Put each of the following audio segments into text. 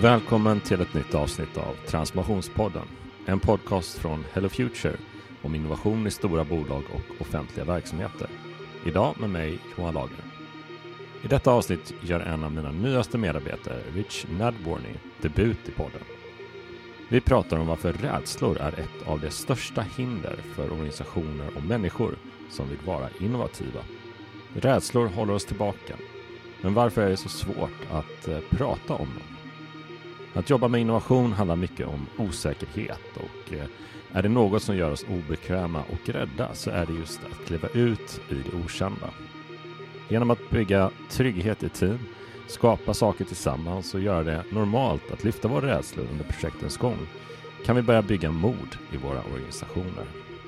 Välkommen till ett nytt avsnitt av Transformationspodden. En podcast från Hello Future om innovation i stora bolag och offentliga verksamheter. Idag med mig, Johan Lager. I detta avsnitt gör en av mina nyaste medarbetare, Rich Nadworny, debut i podden. Vi pratar om varför rädslor är ett av de största hinder för organisationer och människor som vill vara innovativa. Rädslor håller oss tillbaka. Men varför är det så svårt att prata om dem? Att jobba med innovation handlar mycket om osäkerhet, och är det något som gör oss obekväma och rädda så är det just att kliva ut i det okända. Genom att bygga trygghet i team, skapa saker tillsammans och göra det normalt att lyfta våra rädslor under projektens gång kan vi börja bygga mod i våra organisationer.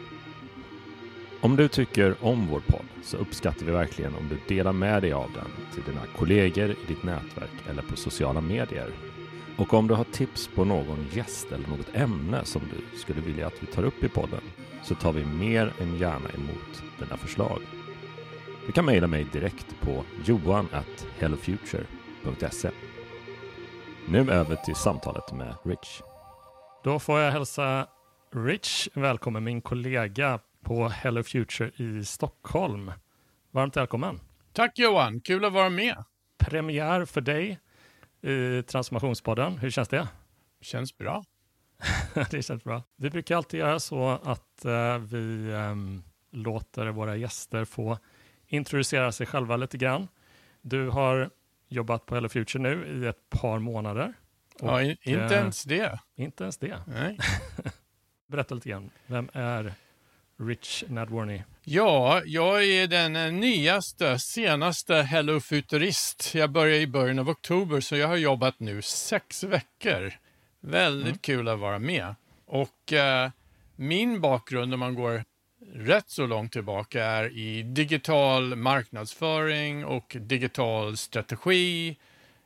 Om du tycker om vår podd så uppskattar vi verkligen om du delar med dig av den till dina kollegor i ditt nätverk eller på sociala medier. Och om du har tips på någon gäst eller något ämne som du skulle vilja att vi tar upp i podden så tar vi mer än gärna emot dina förslag. Du kan mejla mig direkt på johan@hellofuture.se. Nu över till samtalet med Rich. Då får jag hälsa Rich välkommen, min kollega på Hello Future i Stockholm. Varmt välkommen. Tack Johan, kul att vara med. Premiär för dig i Transformationspodden. Hur känns det? Känns bra. Det känns bra. Vi brukar alltid göra så att vi låter våra gäster få introducera sig själva lite grann. Du har jobbat på Hello Future nu i ett par månader. Ja, inte ens det. Inte ens det. Nej. Berätta lite grann. Vem är Rich Nadworny? Ja, jag är den senaste Hello Futurist. Jag började i början av oktober, så jag har jobbat nu 6 veckor. Väldigt kul att vara med. Och min bakgrund, om man går rätt så långt tillbaka, är i digital marknadsföring och digital strategi.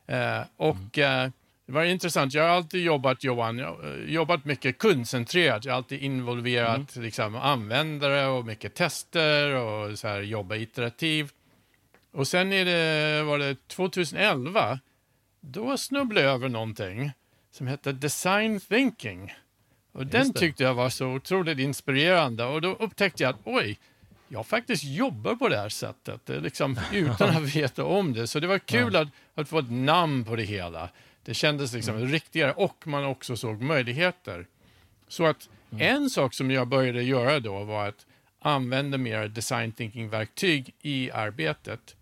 Det var intressant. Jag har alltid jobbat mycket kundcentrerat. Jag har alltid involverat användare och mycket tester och så här, jobba iterativt. Och sen var det 2011, då snubblade jag över någonting som hette design thinking. Och den tyckte jag var så otroligt inspirerande. Och då upptäckte jag att jag faktiskt jobbar på det här sättet. Utan att veta om det. Så det var kul att få ett namn på det hela. Det kändes riktigare, och man också såg möjligheter. Så att en sak som jag började göra då var att använda mer design thinking-verktyg i arbetet.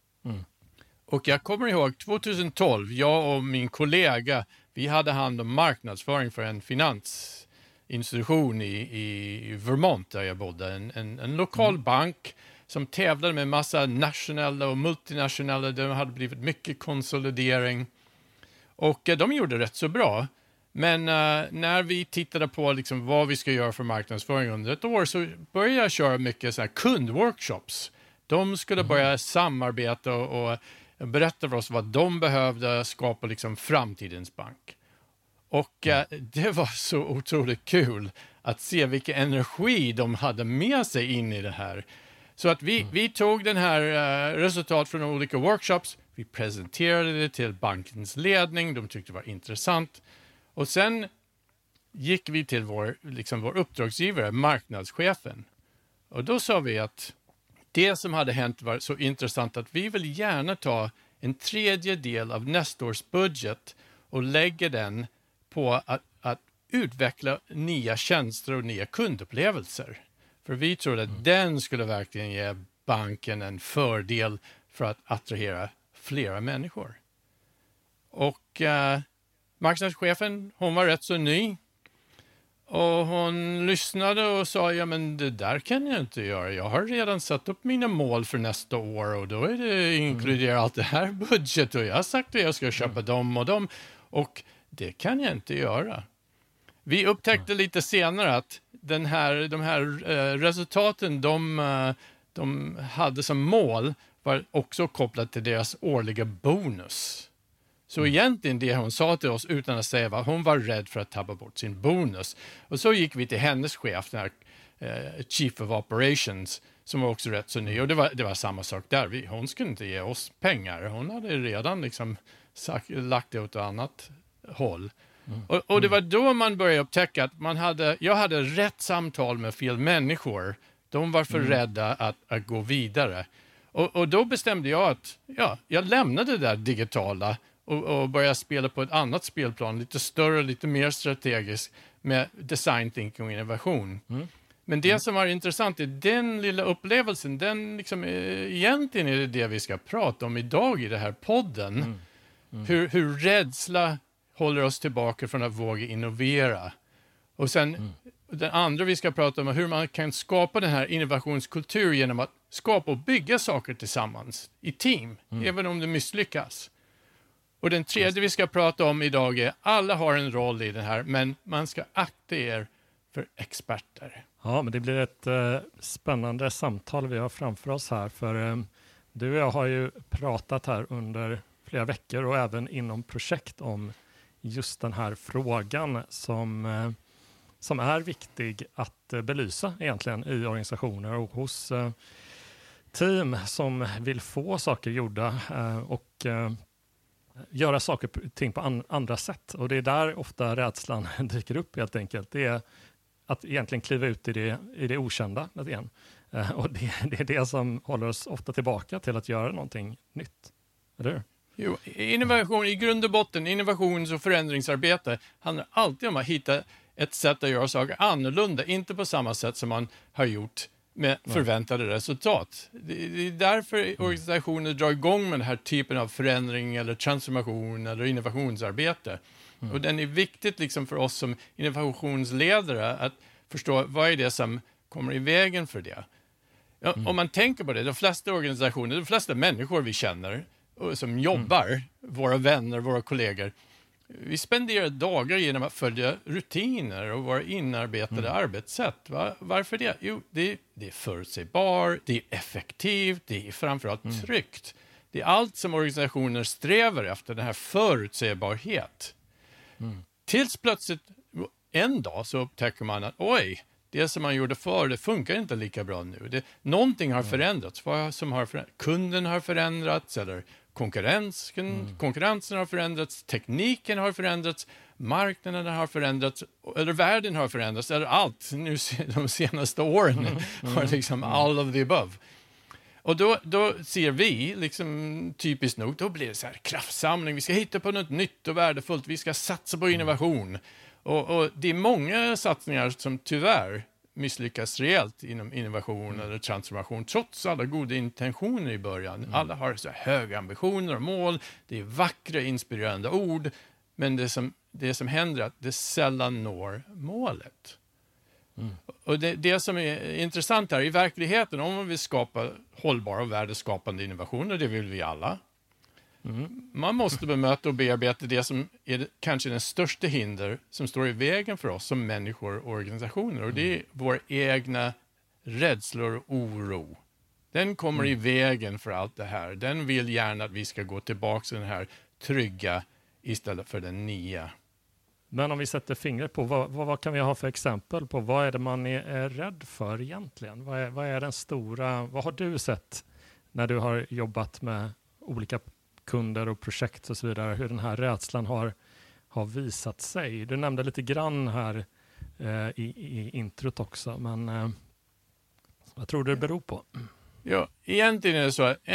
Och jag kommer ihåg 2012, jag och min kollega, vi hade hand om marknadsföring för en finansinstitution i Vermont där jag bodde. En lokal bank som tävlade med massa nationella och multinationella. Det hade blivit mycket konsolidering. Och de gjorde rätt så bra. Men när vi tittade på vad vi ska göra för marknadsföring under ett år, så började jag köra mycket så här kundworkshops. De skulle börja samarbeta och berätta för oss vad de behövde skapa framtidens bank. Och det var så otroligt kul att se vilken energi de hade med sig in i det här. Så att vi tog den här resultat från olika workshops. Vi presenterade det till bankens ledning. De tyckte det var intressant. Och sen gick vi till vår uppdragsgivare, marknadschefen. Och då sa vi att det som hade hänt var så intressant att vi vill gärna ta en 1/3 av nästa års budget och lägga den på att utveckla nya tjänster och nya kundupplevelser. För vi tror att den skulle verkligen ge banken en fördel för att attrahera flera människor. Och marknadschefen, hon var rätt så ny. Och hon lyssnade och sa, ja men det där kan jag inte göra. Jag har redan satt upp mina mål för nästa år och då är det inkluderar allt det här budget. Och jag har sagt att jag ska köpa dem och dem. Och det kan jag inte göra. Vi upptäckte lite senare att de här resultaten de hade som mål var också kopplat till deras årliga bonus. Så egentligen det hon sa till oss utan att säga var hon var rädd för att tappa bort sin bonus. Och så gick vi till hennes chef, den här Chief of Operations, som var också rätt så ny. Och det var samma sak där. Hon skulle inte ge oss pengar. Hon hade redan lagt det åt annat håll. Och det var då man började upptäcka att jag hade rätt samtal med fel människor. De var för rädda att gå vidare. Och då bestämde jag att jag lämnade det där digitala och började spela på ett annat spelplan, lite större, lite mer strategiskt med design thinking och innovation. Men det som var intressant är den lilla upplevelsen, den liksom, egentligen är det vi ska prata om idag i den här podden. Hur rädsla håller oss tillbaka från att våga innovera. Och sen den andra vi ska prata om är hur man kan skapa den här innovationskultur genom att skapa och bygga saker tillsammans i team, även om det misslyckas. Och den tredje vi ska prata om idag är alla har en roll i den här, men man ska akta er för experter. Ja, men det blir ett spännande samtal vi har framför oss här, för du och jag har ju pratat här under flera veckor och även inom projekt om just den här frågan som är viktig att belysa egentligen i organisationer och hos team som vill få saker gjorda och göra saker och ting på andra sätt. Och det är där ofta rädslan dyker upp helt enkelt. Det är att egentligen kliva ut i det okända igen. Och det är det som håller oss ofta tillbaka till att göra någonting nytt. Eller hur? Jo, innovation i grund och botten, innovations- och förändringsarbete handlar alltid om att hitta ett sätt att göra saker annorlunda, inte på samma sätt som man har gjort med förväntade resultat. Det är därför organisationer drar igång med den här typen av förändring eller transformation eller innovationsarbete. Och den är viktigt liksom för oss som innovationsledare att förstå vad är det som kommer i vägen för det. Ja, om man tänker på det, de flesta organisationer, de flesta människor vi känner och som jobbar, våra vänner, våra kollegor, vi spenderar dagar genom att följa rutiner och våra inarbetade arbetssätt. Varför det? Jo, det är förutsägbart, det är effektivt, det är framförallt tryggt. Det är allt som organisationer strävar efter, den här förutsägbarhet. Tills plötsligt en dag så upptäcker man att det som man gjorde förr, det funkar inte lika bra nu. Någonting har förändrats. Vad som har förändrats? Kunden har förändrats eller konkurrensen har förändrats, tekniken har förändrats, marknaden har förändrats, eller världen har förändrats, eller allt nu de senaste åren har liksom all of the above. Och då ser vi, liksom typiskt nog, då blir det så här kraftsamling, vi ska hitta på något nytt och värdefullt, vi ska satsa på innovation. Och det är många satsningar som tyvärr misslyckas rejält inom innovation eller transformation, trots alla goda intentioner i början. Alla har så höga ambitioner och mål, det är vackra, inspirerande ord, men det som händer är att det sällan når målet. Och det som är intressant här, i verkligheten, om man vill skapa hållbara och värdeskapande innovationer, det vill vi alla. Man måste bemöta och bearbeta det som är kanske den största hinder som står i vägen för oss som människor och organisationer. Och det är våra egna rädslor och oro. Den kommer i vägen för allt det här. Den vill gärna att vi ska gå tillbaka till den här trygga istället för den nya. Men om vi sätter fingret på, vad kan vi ha för exempel på? Vad är det man är rädd för egentligen? Vad är den stora, vad har du sett när du har jobbat med olika kunder och projekt och så vidare, hur den här rädslan har visat sig? Du nämnde lite grann här i introt också, men vad tror du det beror på? Ja, egentligen är det så att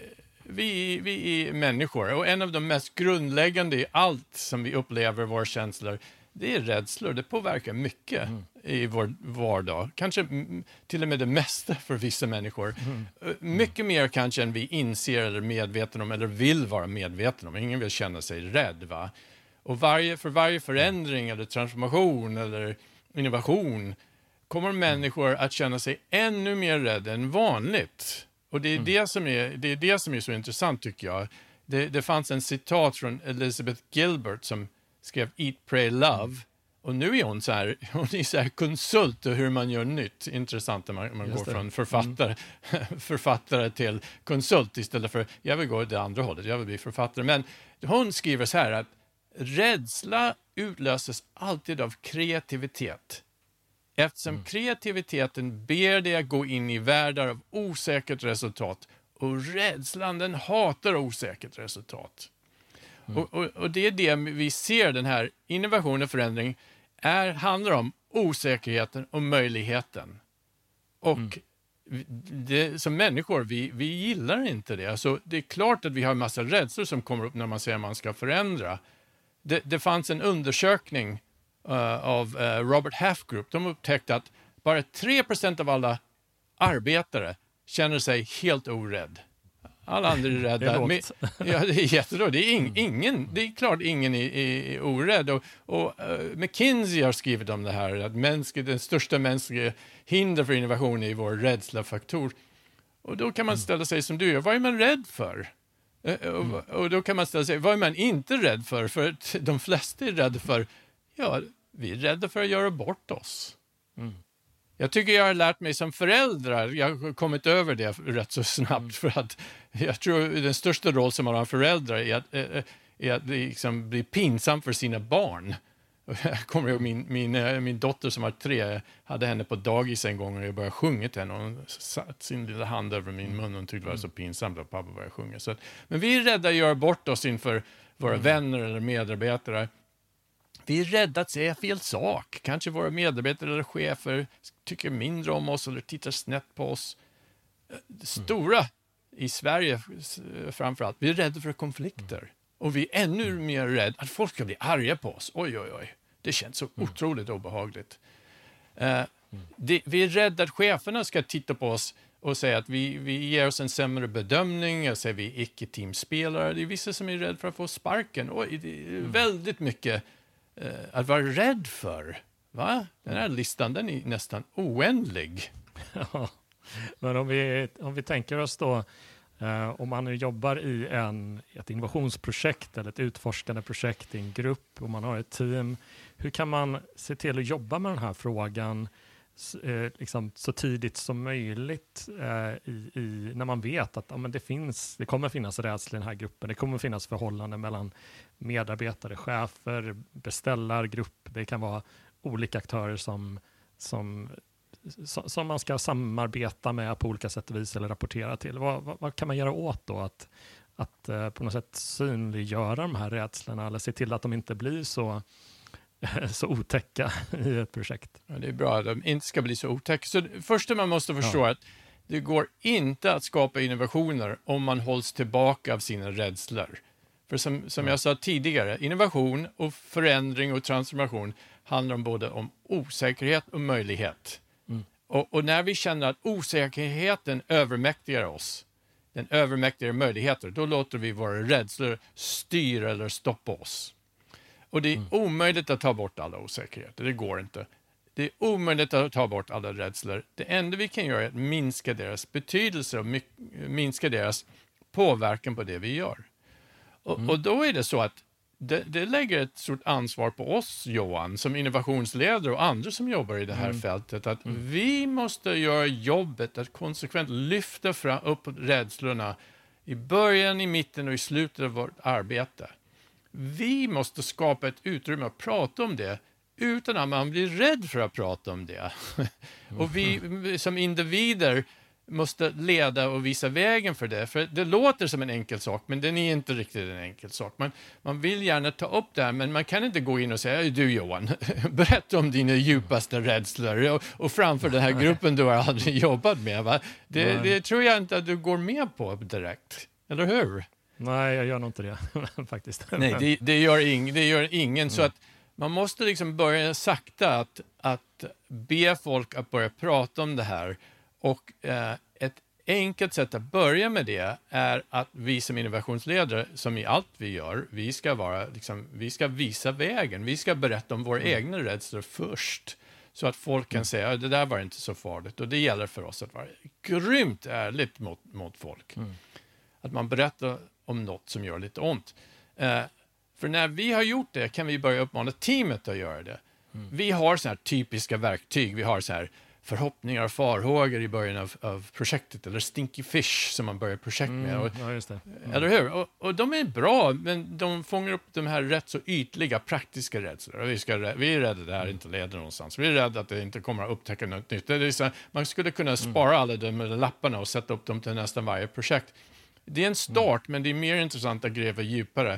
vi är människor, och en av de mest grundläggande i allt som vi upplever, våra känslor, det är rädslor. Det påverkar mycket i vår vardag. Kanske till och med det mesta för vissa människor. Mycket mer kanske än vi inser eller är medvetna om eller vill vara medvetna om. Ingen vill känna sig rädd, va? Och för varje förändring eller transformation eller innovation kommer människor att känna sig ännu mer rädda än vanligt. Och det är det som är så intressant, tycker jag. Det fanns en citat från Elizabeth Gilbert som skrev Eat, Pray, Love. Och nu är hon så här konsult och hur man gör nytt. Intressant när man går från författare till konsult istället för, jag vill gå det andra hållet, jag vill bli författare. Men hon skriver så här att rädsla utlöses alltid av kreativitet. Eftersom kreativiteten ber dig att gå in i världar av osäkert resultat, och rädslan, den hatar osäkert resultat. Och det är det vi ser, den här innovation och förändring handlar om osäkerheten och möjligheten. Och som människor, vi gillar inte det. Alltså, det är klart att vi har en massa rädslor som kommer upp när man säger att man ska förändra. Det fanns en undersökning av Robert Half Group. De upptäckte att bara 3% av alla arbetare känner sig helt orädd. Alla andra är rädda. Det är jättebra. Det är klart ingen är orädd. Och McKinsey har skrivit om det här, att den största mänskliga hinder för innovation är vår rädslafaktor. Och då kan man ställa sig som du gör, vad är man rädd för? Och då kan man ställa sig, vad är man inte rädd för? För de flesta är rädda för, vi är rädda för att göra bort oss. Jag tycker jag har lärt mig som föräldrar, jag har kommit över det rätt så snabbt, för att jag tror den största roll som man har föräldrar är att liksom bli pinsam för sina barn. Jag kommer ihåg min dotter som var 3, hade henne på dagis en gång och jag började sjunga till henne och hon satt sin lilla hand över min mun och tyckte det var så pinsamt att pappa började sjunga. Men vi är rädda att göra bort oss inför våra vänner eller medarbetare. Vi är rädda att säga fel sak. Kanske våra medarbetare eller chefer tycker mindre om oss eller tittar snett på oss. Stora i Sverige framförallt. Vi är rädda för konflikter. Och vi är ännu mer rädda att folk ska bli arga på oss. Oj. Det känns så otroligt obehagligt. Vi är rädda att cheferna ska titta på oss och säga att vi ger oss en sämre bedömning. Jag säger vi är icke-teamspelare. Det är vissa som är rädda för att få sparken. Oj, det är väldigt mycket att vara rädd för. Va? Den här listan, den är nästan oändlig. Ja, men om vi tänker oss då, om man nu jobbar i ett innovationsprojekt eller ett utforskande projekt i en grupp och man har ett team, hur kan man se till att jobba med den här frågan liksom så tidigt som möjligt när man vet att det kommer finnas rädsla i den här gruppen, det kommer finnas förhållanden mellan medarbetare, chefer, beställargrupp, det kan vara olika aktörer som man ska samarbeta med på olika sätt och vis eller rapportera till. Vad kan man göra åt då att på något sätt synliggöra de här rädslorna eller se till att de inte blir så otäcka i ett projekt? Ja, det är bra att de inte ska bli så otäcka. Så det första man måste förstå är att det går inte att skapa innovationer om man hålls tillbaka av sina rädslor. För som jag sa tidigare, innovation och förändring och transformation handlar om både om osäkerhet och möjlighet. Och när vi känner att osäkerheten övermäktigar oss, den övermäktigar möjligheter, då låter vi våra rädslor styra eller stoppa oss. Och det är omöjligt att ta bort alla osäkerheter, det går inte. Det är omöjligt att ta bort alla rädslor. Det enda vi kan göra är att minska deras betydelse och minska deras påverkan på det vi gör. Och då är det så att det lägger ett stort ansvar på oss, Johan, som innovationsledare och andra som jobbar i det här fältet, att vi måste göra jobbet att konsekvent lyfta upp rädslorna i början, i mitten och i slutet av vårt arbete. Vi måste skapa ett utrymme att prata om det utan att man blir rädd för att prata om det. Och vi som individer måste leda och visa vägen för det. För det låter som en enkel sak, men den är inte riktigt en enkel sak. Man vill gärna ta upp det här, men man kan inte gå in och säga, du Johan, berätta om dina djupaste rädslor och framför den här gruppen du har aldrig jobbat med. Va? Det tror jag inte att du går med på direkt, eller hur? Nej, jag gör nog inte det faktiskt. Nej, det gör ingen. Så att man måste liksom börja sakta att be folk att börja prata om det här. Och ett enkelt sätt att börja med det är att vi som innovationsledare, som i allt vi gör, vi ska visa vägen. Vi ska berätta om våra egna rädslor först. Så att folk kan säga att det där var inte så farligt. Och det gäller för oss att vara grymt ärligt mot folk. Att man berättar om något som gör lite ont. För när vi har gjort det kan vi börja uppmana teamet att göra det. Vi har så här typiska verktyg. Vi har så här förhoppningar och farhågor i början av projektet, eller stinky fish som man börjar projekt med. Ja, just det. Eller hur? Och de är bra, men de fångar upp de här rätt så ytliga, praktiska rädslor. Vi är rädda att det här inte leder någonstans. Vi är rädda att det inte kommer att upptäcka något nytt. Det är så här, man skulle kunna spara alla de lapparna och sätta upp dem till nästan varje projekt. Det är en start, men det är mer intressant att gräva djupare.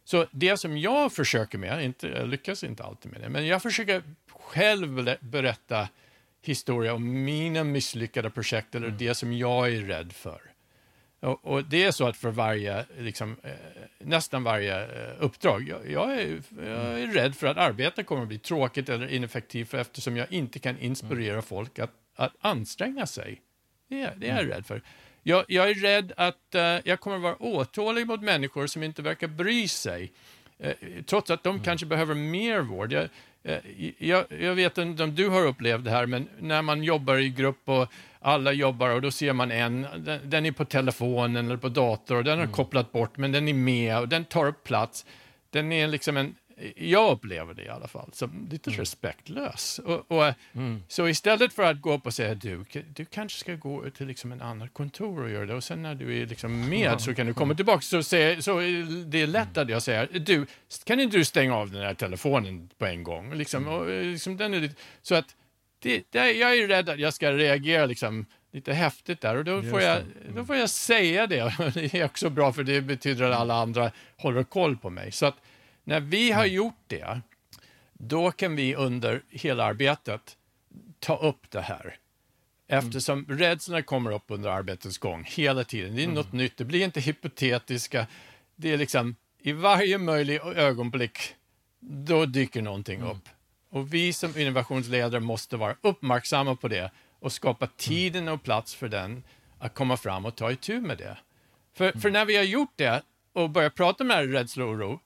Så det som jag försöker med, jag lyckas inte alltid med det, men jag försöker själv berätta historia om mina misslyckade projekt eller det som jag är rädd för. Och det är så att för varje, liksom, nästan varje uppdrag, jag är rädd för att arbetet kommer att bli tråkigt eller ineffektivt eftersom jag inte kan inspirera folk att anstränga sig. Det är jag rädd för. Jag är rädd att jag kommer att vara otålig mot människor som inte verkar bry sig. Trots att de kanske behöver mer vård. Jag vet inte om du har upplevt det här, men när man jobbar i grupp och alla jobbar och då ser man den är på telefonen eller på dator och den har kopplat bort, men den är med och den tar upp plats. Den är liksom jag upplever det i alla fall som lite respektlös. Så istället för att gå upp och säga du kanske ska gå till liksom en annan kontor och göra det och sen när du är liksom med så kan du komma tillbaka så det är lätt att jag säger kan inte du stänga av den här telefonen på en gång liksom, och liksom den är lite, så att jag är rädd att jag ska reagera liksom lite häftigt där och då får jag säga det. Det är också bra för det betyder att alla andra håller koll på mig. Så att när vi har gjort det, då kan vi under hela arbetet ta upp det här. Eftersom rädslorna kommer upp under arbetets gång hela tiden. Det är något nytt, det blir inte hypotetiska. Det är liksom i varje möjlig ögonblick, då dyker någonting upp. Och vi som innovationsledare måste vara uppmärksamma på det och skapa tiden och plats för den att komma fram och ta itu med det. För när vi har gjort det och börjar prata med rädsla och oro,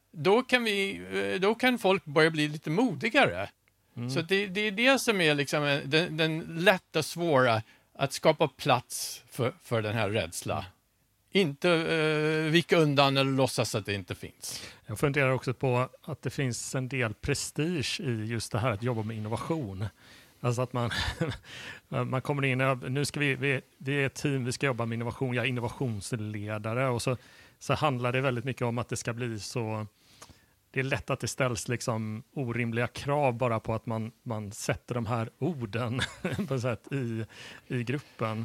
då kan folk börja bli lite modigare. Så det är det som är liksom den lätta, svåra att skapa plats för den här rädsla. Inte vika undan eller låtsas att det inte finns. Jag funderar också på att det finns en del prestige i just det här att jobba med innovation. Alltså att man kommer in och nu ska vi är ett team, vi ska jobba med innovation, jag är innovationsledare och så handlar det väldigt mycket om att det ska bli så, det är lätt att det ställs liksom orimliga krav bara på att man sätter de här orden på sätt i gruppen.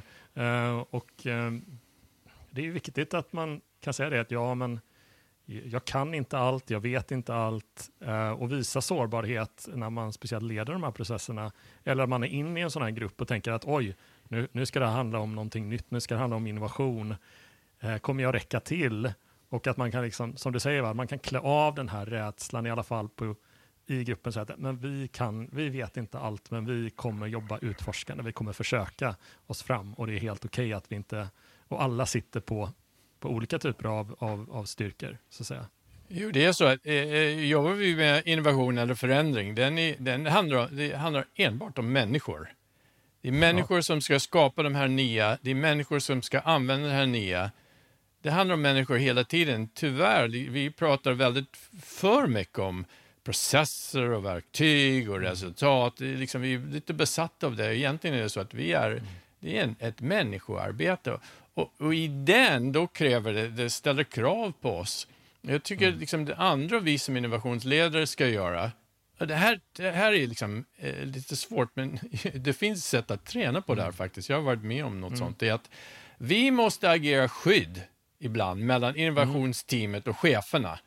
Det är viktigt att man kan säga det att jag kan inte allt, jag vet inte allt och visa sårbarhet när man speciellt leder de här processerna eller man är inne i en sån här grupp och tänker att nu ska det handla om någonting nytt, nu ska det handla om innovation, kommer jag räcka till? Och att man kan liksom, som du säger, man kan klä av den här rädslan i alla fall i gruppen så att men vi vet inte allt men vi kommer jobba utforskande, vi kommer försöka oss fram och det är helt okej att vi inte, och alla sitter på olika typer av styrkor så att säga. Jo, det är så att jobbar vi med innovation eller förändring, det handlar enbart om människor. Det är människor som ska skapa de här nya, det är människor som ska använda det här nya. Det handlar om människor hela tiden. Tyvärr, vi pratar väldigt för mycket om processer och verktyg och resultat. Vi är lite besatta av det. Egentligen är det så att det är ett människoarbete. Och i den, då kräver det ställer krav på oss. Jag tycker det andra vi som innovationsledare ska göra, det här är lite svårt, men det finns sätt att träna på det här faktiskt. Jag har varit med om något sånt. Det är att vi måste agera skydd ibland mellan innovationsteamet och cheferna.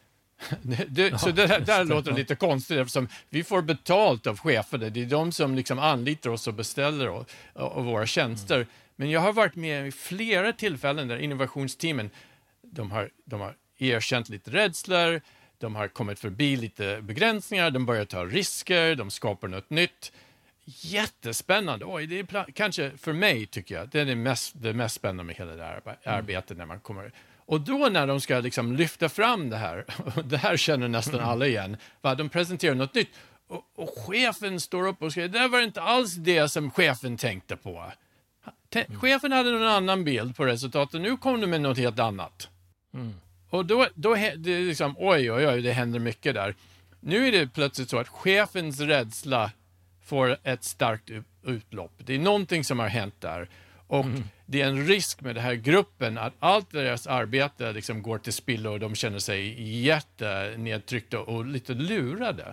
Så det där låter lite konstigt eftersom vi får betalt av cheferna. Det är de som anlitar oss och beställer och våra tjänster. Men jag har varit med i flera tillfällen där innovationsteamen de har erkänt lite rädslor, de har kommit förbi lite begränsningar, de börjar ta risker, de skapar något nytt. Jättespännande. Det är kanske för mig tycker jag det är det mest spännande med hela det här arbetet när man kommer. Och då när de ska lyfta fram det här, och det här känner nästan alla igen, de presenterar något nytt och chefen står upp och säger det var inte alls det som chefen tänkte på. Chefen hade någon annan bild på resultatet, nu kom de med något helt annat. Och då är det oj, det händer mycket där. Nu är det plötsligt så att chefens rädsla får ett starkt utlopp. Det är någonting som har hänt där. Och det är en risk med den här gruppen att allt deras arbete går till spillo och de känner sig jättenedtryckta och lite lurade.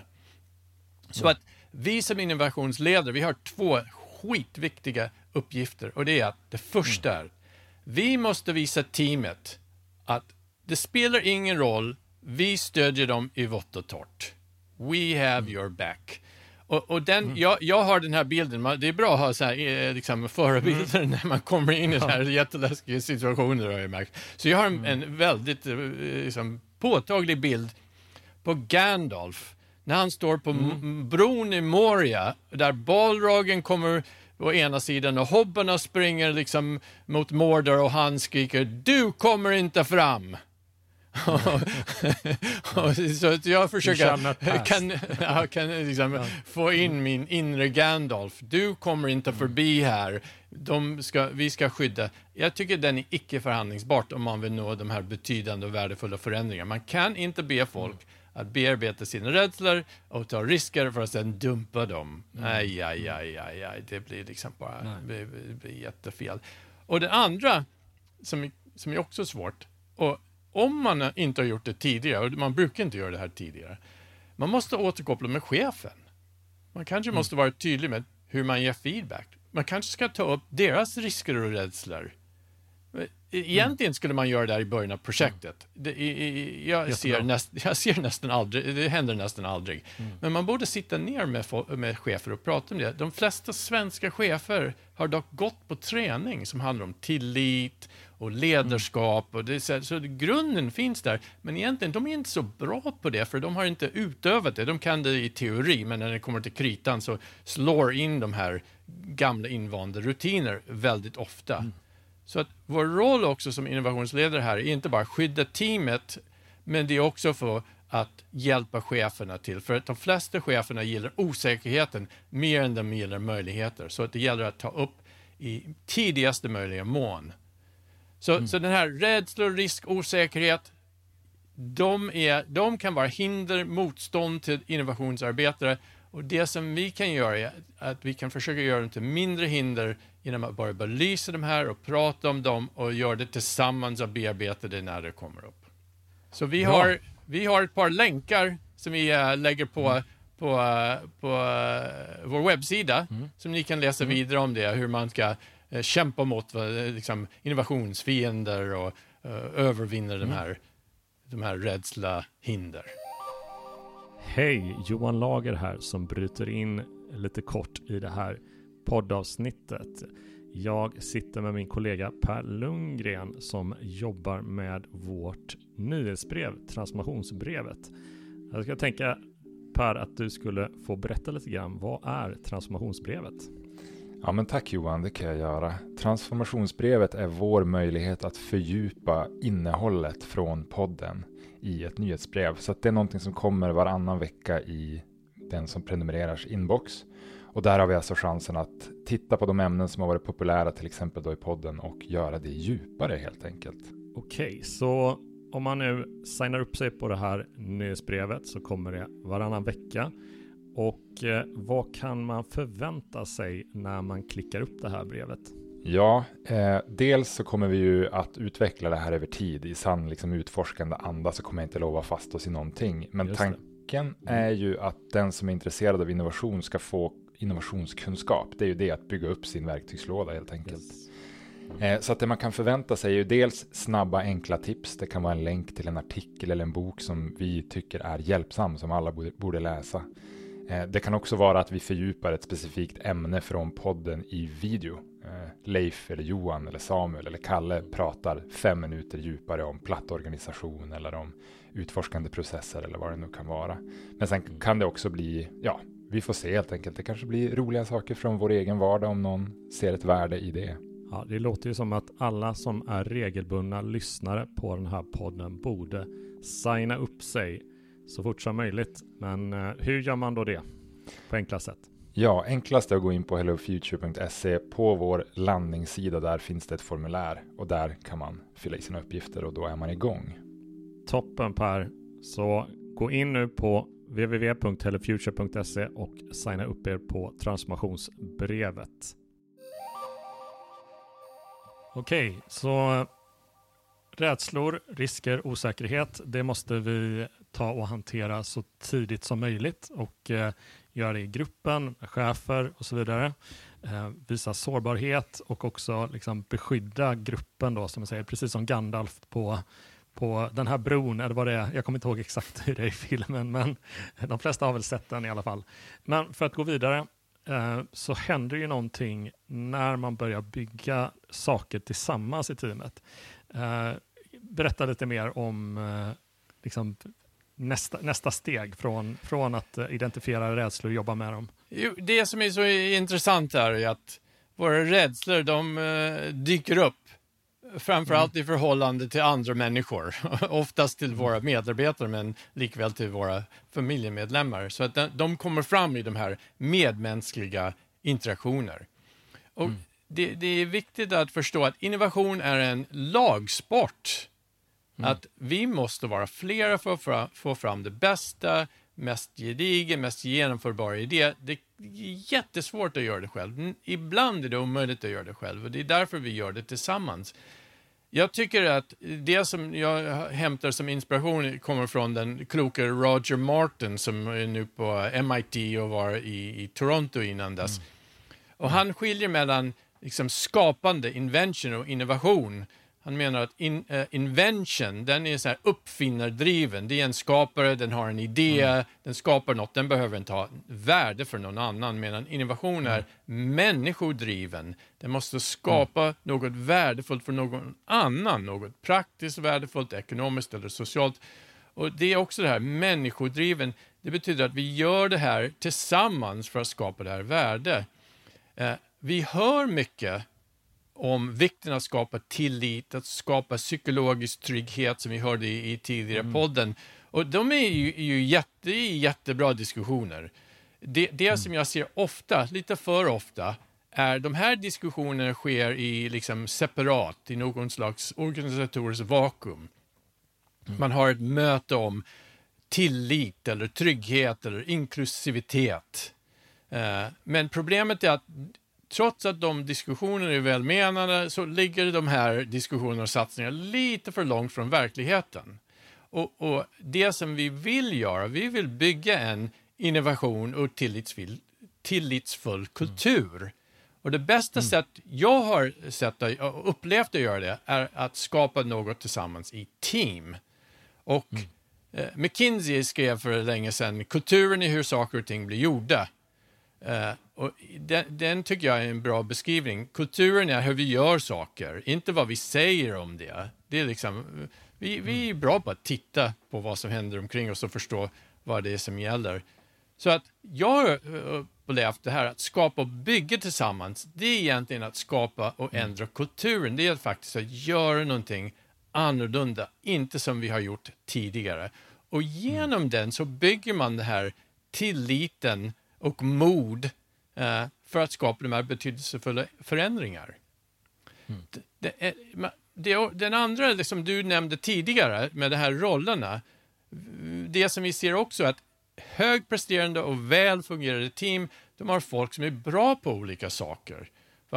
Så att vi som innovationsledare, vi har 2 skitviktiga uppgifter. Och det är att det första är, vi måste visa teamet att det spelar ingen roll vi stödjer dem i vått och torrt. We have your back. Och jag har den här bilden, det är bra att ha så här, liksom, förebilder när man kommer in i den här jätteläskiga situationer, har jag märkt. Så jag har en väldigt liksom, påtaglig bild på Gandalf när han står på bron i Moria, där Balrogen kommer på ena sidan och hobbarna springer liksom mot Mordor och han skriker, du kommer inte fram. Så att jag försöker kan liksom få in min inre Gandalf. Du kommer inte förbi här. Vi ska skydda. Jag tycker den är icke förhandlingsbart om man vill nå de här betydande och värdefulla förändringarna. Man kan inte be folk att bearbeta sina rädslor och ta risker för att sedan dumpa dem. Aj. Det blir liksom bara det blir jättefel. Och det andra som är också svårt, och om man inte har gjort det tidigare, och man brukar inte göra det här tidigare, man måste återkoppla med chefen. Man kanske måste vara tydlig med hur man ger feedback. Man kanske ska ta upp deras risker och rädslor. Egentligen skulle man göra det här i början av projektet. Jag ser nästan aldrig, det händer nästan aldrig. Men man borde sitta ner med chefer och prata om det. De flesta svenska chefer har dock gått på träning som handlar om tillit och ledarskap. Och så grunden finns där. Men egentligen, de är inte så bra på det, för de har inte utövat det. De kan det i teori, men när det kommer till kritan så slår in de här gamla invanda rutiner väldigt ofta. Så att vår roll också som innovationsledare här är inte bara skydda teamet, men det är också för att hjälpa cheferna till. För att de flesta cheferna gillar osäkerheten mer än de gillar möjligheter. Så att det gäller att ta upp i tidigaste möjliga mån. Så den här rädsla, risk, osäkerhet, de kan vara hinder, motstånd till innovationsarbetare. Och det som vi kan göra är att vi kan försöka göra dem till mindre hinder genom att bara belysa de här och prata om dem och göra det tillsammans och bearbeta det när det kommer upp. Så vi har ett par länkar som vi lägger på vår webbsida som ni kan läsa vidare om det, hur man ska kämpa mot liksom, innovationsfiender och övervinna de här rädsla hinder. Hej, Johan Lager här som bryter in lite kort i det här poddavsnittet. Jag sitter med min kollega Per Lundgren som jobbar med vårt nyhetsbrev, transformationsbrevet. Jag ska tänka, Per, att du skulle få berätta lite grann. Vad är transformationsbrevet? Ja, men tack Johan, det kan jag göra. Transformationsbrevet är vår möjlighet att fördjupa innehållet från podden i ett nyhetsbrev. Så att det är någonting som kommer varannan vecka i den som prenumererars inbox. Och där har vi alltså chansen att titta på de ämnen som har varit populära, till exempel då i podden, och göra det djupare helt enkelt. Okej, så om man nu signar upp sig på det här nyhetsbrevet så kommer det varannan vecka. Och vad kan man förvänta sig när man klickar upp det här brevet? Ja, dels så kommer vi ju att utveckla det här över tid. I sann liksom utforskande anda så kommer jag inte lova fast oss i någonting. Men tanken är ju att den som är intresserad av innovation ska få innovationskunskap. Det är ju det, att bygga upp sin verktygslåda helt enkelt. Så att det man kan förvänta sig är ju dels snabba enkla tips. Det kan vara en länk till en artikel eller en bok som vi tycker är hjälpsam, som alla borde läsa. Det kan också vara att vi fördjupar ett specifikt ämne från podden i video. Leif eller Johan eller Samuel eller Kalle pratar 5 minuter djupare om plattorganisation eller om utforskande processer eller vad det nu kan vara. Men sen kan det också bli, vi får se helt enkelt. Det kanske blir roliga saker från vår egen vardag om någon ser ett värde i det. Ja, det låter ju som att alla som är regelbundna lyssnare på den här podden borde signa upp sig så fort som möjligt. Men hur gör man då det på enklast sätt? Ja, enklast är att gå in på hellofuture.se. På vår landningssida där finns det ett formulär och där kan man fylla i sina uppgifter och då är man igång. Toppen Per. Så gå in nu på www.hellofuture.se och signa upp er på transformationsbrevet. Okej, så rädslor, risker, osäkerhet, det måste vi ta och hantera så tidigt som möjligt och göra det i gruppen, chefer och så vidare. Visa sårbarhet och också liksom beskydda gruppen då, som jag säger, precis som Gandalf på på den här bron, eller vad det är. Jag kommer inte ihåg exakt hur det är i filmen, men de flesta har väl sett den i alla fall. Men för att gå vidare så händer ju någonting när man börjar bygga saker tillsammans i teamet. Berätta lite mer om liksom nästa steg från att identifiera rädslor och jobba med dem. Det som är så intressant här är att våra rädslor, de dyker upp framförallt i förhållande till andra människor. Oftast till våra medarbetare, men likväl till våra familjemedlemmar. Så att de kommer fram i de här medmänskliga interaktioner. Och det är viktigt att förstå att innovation är en lagsport. Att vi måste vara flera för att få fram det bästa, mest gedigen, mest genomförbara idé. Det är jättesvårt att göra det själv. Ibland är det omöjligt att göra det själv och det är därför vi gör det tillsammans. Jag tycker att det som jag hämtar som inspiration kommer från den kloka Roger Martin som är nu på MIT och var i Toronto innan dess. Och han skiljer mellan liksom skapande, invention och innovation. Han menar att invention, den är så här uppfinnardriven. Det är en skapare, den har en idé, den skapar något, den behöver inte ha värde för någon annan. Medan innovation är människodriven. Den måste skapa något värdefullt för någon annan. Något praktiskt värdefullt, ekonomiskt eller socialt. Och det är också det här människodriven. Det betyder att vi gör det här tillsammans för att skapa det här värde. Vi hör mycket om vikten att skapa tillit, att skapa psykologisk trygghet som vi hörde i tidigare podden. Och de är ju jättebra diskussioner. Det som jag ser ofta, lite för ofta, är de här diskussionerna sker i liksom separat, i någon slags organisatorisk vakuum. Man har ett möte om tillit eller trygghet eller inklusivitet. Men problemet är att trots att de diskussionerna är välmenande så ligger de här diskussionerna och satsningarna lite för långt från verkligheten. Och det som vi vill göra, vi vill bygga en innovation och tillitsfull kultur. Och det bästa sätt jag har sett och upplevt att göra det är att skapa något tillsammans i team. Och McKinsey skrev för länge sedan, kulturen är hur saker och ting blir gjorda. Och den tycker jag är en bra beskrivning. Kulturen är hur vi gör saker, inte vad vi säger om det. Det är liksom, vi är bra på att titta på vad som händer omkring oss och förstå vad det är som gäller. Så att jag har upplevt det här att skapa och bygga tillsammans, det är egentligen att skapa och ändra kulturen. Det är faktiskt att göra någonting annorlunda, inte som vi har gjort tidigare. Och genom den så bygger man det här tilliten och mod för att skapa de här betydelsefulla förändringar. Den andra som du nämnde tidigare med de här rollerna, det som vi ser också är att högpresterande och väl fungerande team, de har folk som är bra på olika saker.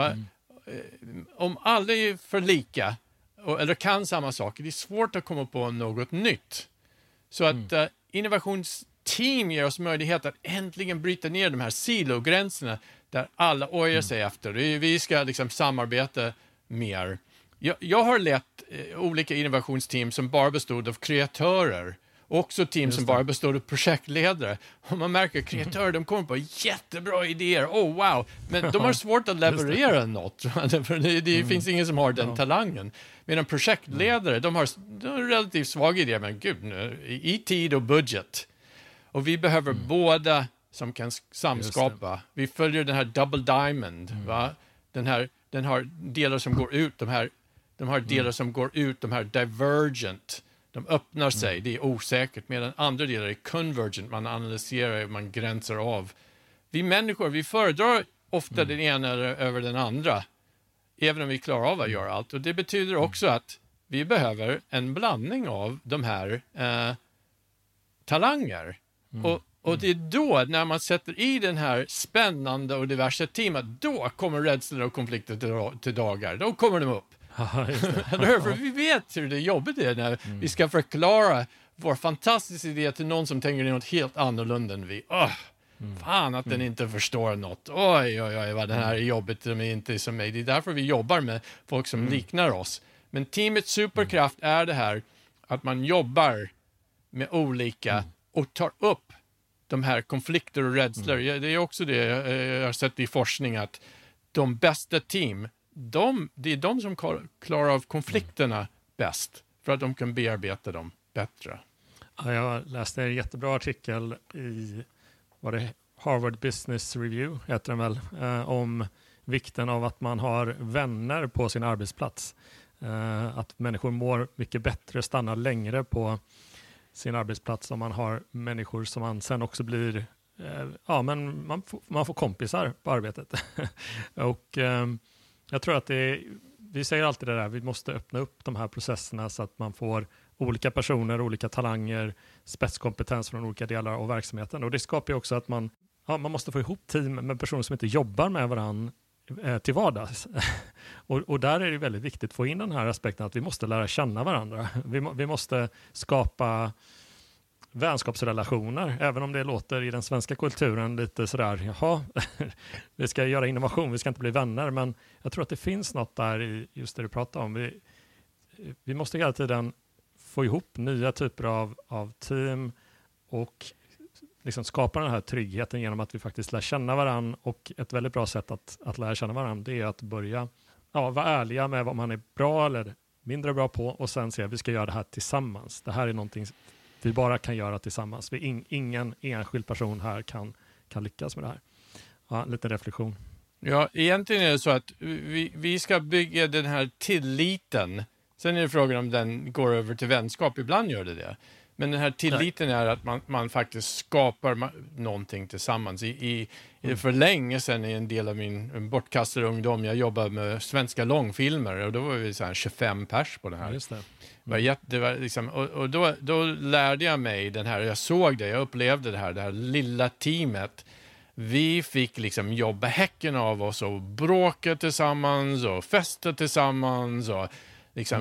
Om alla är för lika eller kan samma saker, det är svårt att komma på något nytt. Så att innovationsteam ger oss möjlighet att äntligen bryta ner de här silogränserna där alla ojar sig efter. Vi ska liksom samarbeta mer. Jag har lett olika innovationsteam som bara bestod av kreatörer. Också team som bara består av projektledare. Och man märker att kreatörer, de kommer på jättebra idéer. Oh wow! Men de har svårt att leverera något. För det finns ingen som har den talangen. Medan projektledare, de har relativt svaga idéer. Men gud, i tid och budget. Och vi behöver båda som kan samskapa. Vi följer den här Double Diamond. Va? Den har delar som går ut. De har delar som går ut. De här Divergent. De öppnar sig, det är osäkert, medan andra delar är convergent, man analyserar, man gränsar av. Vi människor, vi föredrar ofta den ena över den andra, även om vi klarar av att göra allt. Och det betyder också att vi behöver en blandning av de här talanger. Och det är då, när man sätter i den här spännande och diverse teamet, då kommer rädslor och konflikter till dagar. Då kommer de upp. För vi vet hur det jobbigt är när vi ska förklara vår fantastiska idé till någon som tänker något helt annorlunda än vi. Fan att den inte förstår något. Oj, vad det här är jobbigt, de är inte som mig. Det är därför vi jobbar med folk som liknar oss. Men teamets superkraft är det här Att man jobbar med olika och tar upp de här konflikter och rädslor. Det är också det jag har sett i forskning, att de bästa team, det är de som klarar av konflikterna bäst, för att de kan bearbeta dem bättre. Ja, jag läste en jättebra artikel i Harvard Business Review, heter den väl, om vikten av att man har vänner på sin arbetsplats. Att människor mår mycket bättre, stannar längre på sin arbetsplats om man har människor som man sen också blir, men man får kompisar på arbetet. Och jag tror att vi säger alltid det där, vi måste öppna upp de här processerna så att man får olika personer, olika talanger, spetskompetens från olika delar av verksamheten. Och det skapar ju också att man måste få ihop team med personer som inte jobbar med varandra till vardags. och där är det väldigt viktigt att få in den här aspekten att vi måste lära känna varandra. Vi måste skapa vänskapsrelationer, även om det låter i den svenska kulturen lite sådär, vi ska göra innovation, vi ska inte bli vänner, men jag tror att det finns något där i just det du pratar om. Vi måste hela tiden få ihop nya typer av team och liksom skapa den här tryggheten genom att vi faktiskt lär känna varandra, och ett väldigt bra sätt att lära känna varandra, det är att börja vara ärliga med vad man är bra eller mindre bra på, och sen säga att vi ska göra det här tillsammans. Det här är någonting vi bara kan göra tillsammans. Ingen enskild person här kan lyckas med det här. Ja, lite reflektion. Ja, egentligen är det så att vi ska bygga den här tilliten. Sen är det frågan om den går över till vänskap. Ibland gör det. Men den här tilliten är att man faktiskt skapar någonting tillsammans. För länge sedan, i en del av min bortkastade ungdom, jag jobbade med svenska långfilmer, och då var vi så här 25 pers på det här. Just det. Det var liksom, och då lärde jag mig den här, jag såg det, jag upplevde det här lilla teamet. Vi fick liksom jobba häcken av oss och bråka tillsammans och festa tillsammans, och liksom,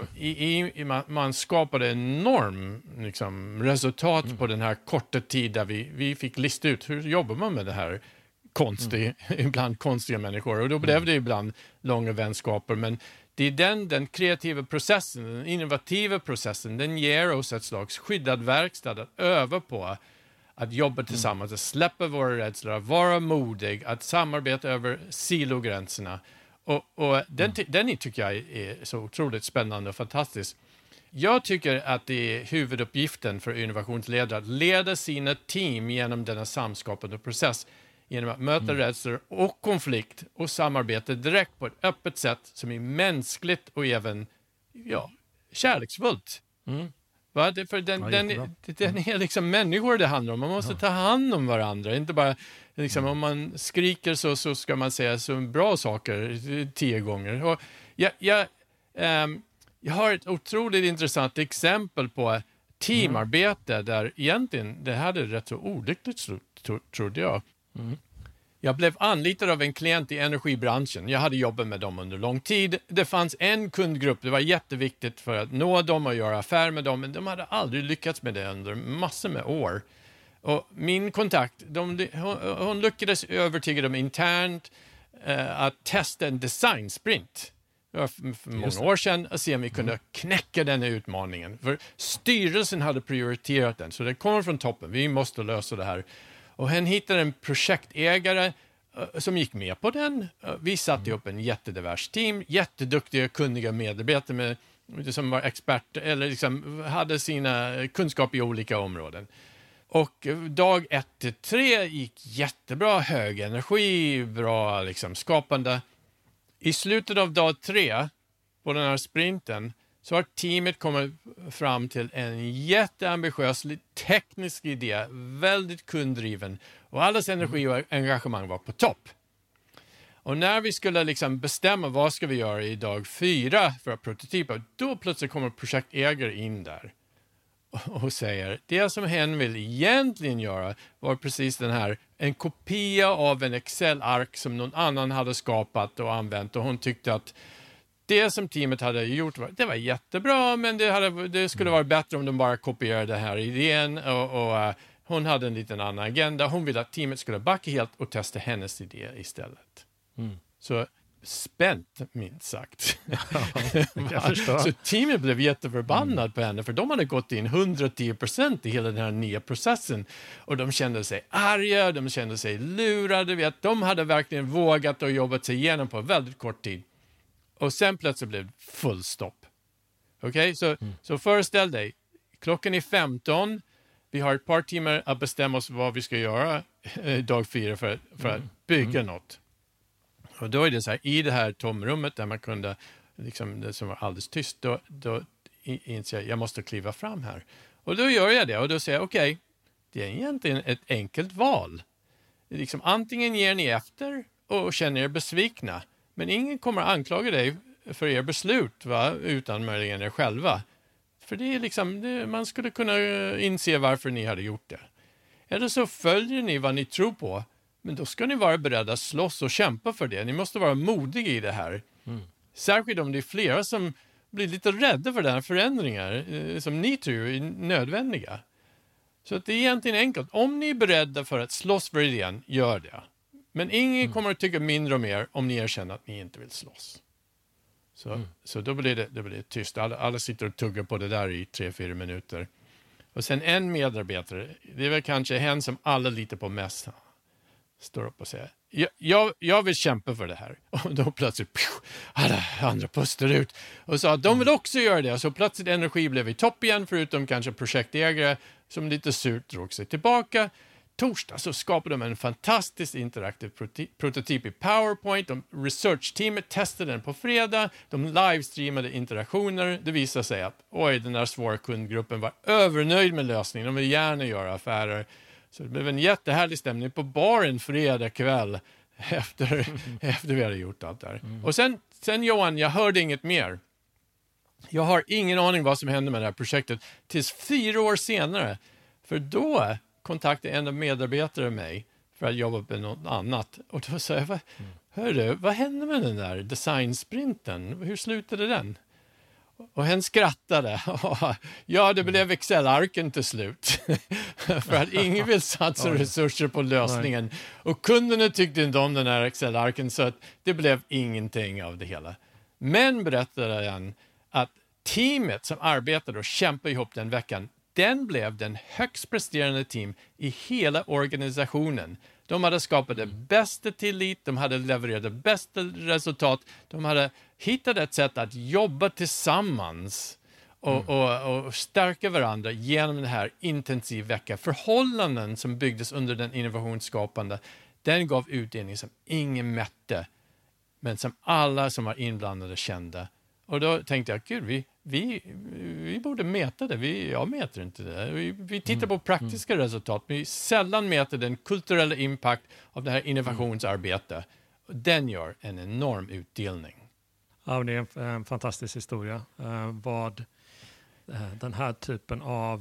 man skapade enorm liksom, resultat på den här korta tid där vi fick lista ut hur jobbar man med det här ibland konstiga människor, och då blev det ibland långa vänskaper, men det är den kreativa processen, den innovativa processen, den ger oss ett slags skyddad verkstad att öva på, att jobba tillsammans, att släppa våra rädslor, att vara modig, att samarbeta över silogränserna. Och den tycker jag är så otroligt spännande och fantastisk. Jag tycker att det är huvuduppgiften för innovationsledare att leda sina team genom denna samskapande process, genom att möta rädslor och konflikt och samarbeta direkt på ett öppet sätt som är mänskligt och även kärleksfullt. Va? För den är liksom människor det handlar om. Man måste ta hand om varandra. Inte bara liksom, om man skriker så ska man säga så bra saker 10 gånger. Och jag har ett otroligt intressant exempel på teamarbete där egentligen det hade rätt så olyckligt slut, trodde jag. Jag blev anlitad av en klient i energibranschen. Jag hade jobbat med dem under lång tid. Det fanns en kundgrupp. Det var jätteviktigt för att nå dem och göra affär med dem. Men de hade aldrig lyckats med det under massor med år. Och min kontakt, hon lyckades övertyga dem internt att testa en design sprint. För många år sedan, och se om vi kunde knäcka den här utmaningen. För styrelsen hade prioriterat den. Så det kommer från toppen. Vi måste lösa det här. Och han hittade en projektägare som gick med på den. Vi satte upp en jättedivers team, jätteduktiga, kunniga medarbetare som var experter eller liksom hade sina kunskaper i olika områden. Och dag 1-3 gick jättebra, hög energi, bra liksom skapande. I slutet av dag 3 på den här sprinten så har teamet kommit fram till en jätteambitiös teknisk idé, väldigt kunddriven, och allas energi och engagemang var på topp. Och när vi skulle liksom bestämma vad ska vi göra i dag 4 för att prototypa, då plötsligt kommer projektägare in där och säger, det som hen vill egentligen göra var precis den här, en kopia av en Excel-ark som någon annan hade skapat och använt, och hon tyckte att det som teamet hade gjort, det var jättebra, men det skulle vara bättre om de bara kopierade den här idén, och hon hade en liten annan agenda. Hon ville att teamet skulle backa helt och testa hennes idé istället. Så spänt, minst sagt. Jag förstår. Så teamet blev jätteförbannad på henne, för de hade gått in 110% i hela den här nya processen. Och de kände sig arga, de kände sig lurade. Vet, de hade verkligen vågat och jobbat sig igenom på väldigt kort tid. Och sen plötsligt blev det full stopp. Okej, så föreställ dig, klockan är 15. Vi har ett par timmar att bestämma oss vad vi ska göra dag 4 för att bygga något. Och då är det så här, i det här tomrummet där man kunde, liksom, det som var alldeles tyst, då inser jag måste kliva fram här. Och då gör jag det och då säger jag, okej, det är egentligen ett enkelt val. Liksom, antingen ger ni efter och känner er besvikna, men ingen kommer anklaga dig för er beslut, va? Utan möjligen er själva. För det är liksom, man skulle kunna inse varför ni hade gjort det. Eller så följer ni vad ni tror på, men då ska ni vara beredda att slåss och kämpa för det. Ni måste vara modiga i det här. Särskilt om det är flera som blir lite rädda för den här förändringar som ni tror är nödvändiga. Så att det är egentligen enkelt. Om ni är beredda för att slåss för idén, gör det. Men ingen kommer att tycka mindre om er om ni erkänner att ni inte vill slåss. Så då blir det tyst. Alla sitter och tuggar på det där i 3-4 minuter. Och sen en medarbetare, det är väl kanske hen som alla litar på mest, står upp och säger, jag vill kämpa för det här. Och då plötsligt, alla andra pustar ut och sa att de vill också göra det. Så plötsligt energi blev i topp igen, förutom kanske projektägare som lite surt drog sig tillbaka. Torsdag så skapade de en fantastisk interaktiv prototyp i PowerPoint. Research-teamet testade den på fredag. De livestreamade interaktioner. Det visade sig att den där svåra kundgruppen var övernöjd med lösningen. De vill gärna göra affärer. Så det blev en jättehärlig stämning på baren fredag kväll efter vi hade gjort allt där. Och sen Johan, jag hörde inget mer. Jag har ingen aning vad som hände med det här projektet tills 4 år senare. För då kontaktade en av medarbetare mig för att jobba med något annat. Och då sa jag, hörru, vad hände med den där designsprinten? Hur slutade den? Och hen skrattade. Ja, det blev Excel-arken till slut. För att ingen vill satsa resurser på lösningen. Och kunderna tyckte inte om den här Excel-arken, så att det blev ingenting av det hela. Men berättade han att teamet som arbetade och kämpade ihop den veckan, den blev den högst presterande team i hela organisationen. De hade skapat det bästa tillit, de hade levererat det bästa resultat, de hade hittat ett sätt att jobba tillsammans och stärka varandra genom den här intensiva veckan. Förhållanden som byggdes under den innovationsskapande, den gav utdelning som ingen mätte, men som alla som var inblandade kände. Och då tänkte jag, gud, vi borde mäta det. Jag mäter inte det. Vi tittar på praktiska resultat. Vi sällan mäter den kulturella impact av det här innovationsarbetet. Den gör en enorm utdelning. Ja, det är en fantastisk historia. Vad den här typen av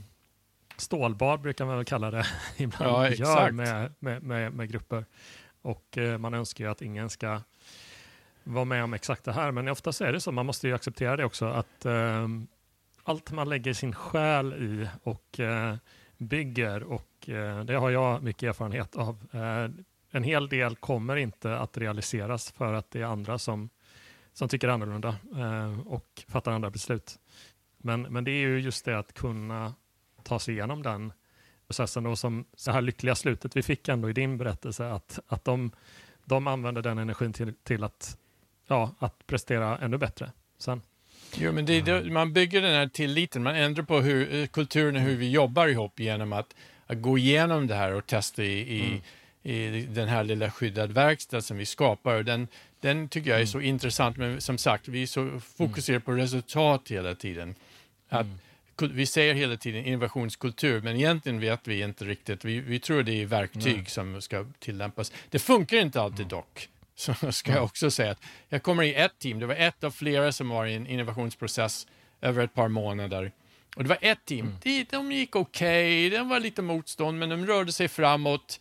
stålbad brukar man väl kalla det ibland gör med grupper. Och man önskar ju att ingen ska vara med om exakt det här, men ofta så är det så, man måste ju acceptera det också, att allt man lägger sin själ i och bygger, och det har jag mycket erfarenhet av, en hel del kommer inte att realiseras för att det är andra som tycker annorlunda och fattar andra beslut. Men det är ju just det att kunna ta sig igenom den processen, och som så här lyckliga slutet vi fick ändå i din berättelse, att de använder den energin till att prestera ännu bättre sen. Jo, men man bygger den här tilliten, man ändrar på kulturen och hur vi jobbar ihop genom att gå igenom det här och testa i den här lilla skyddad verkstad som vi skapar. Och den tycker jag är så intressant, men som sagt, vi är så fokuserade på resultat hela tiden. Att vi säger hela tiden innovationskultur, men egentligen vet vi inte riktigt. Vi tror det är verktyg som ska tillämpas. Det funkar inte alltid dock. Så ska jag också säga att jag kommer i ett team. Det var ett av flera som var i en innovationsprocess över ett par månader. Och det var ett team. De gick okej. Det var lite motstånd, men de rörde sig framåt.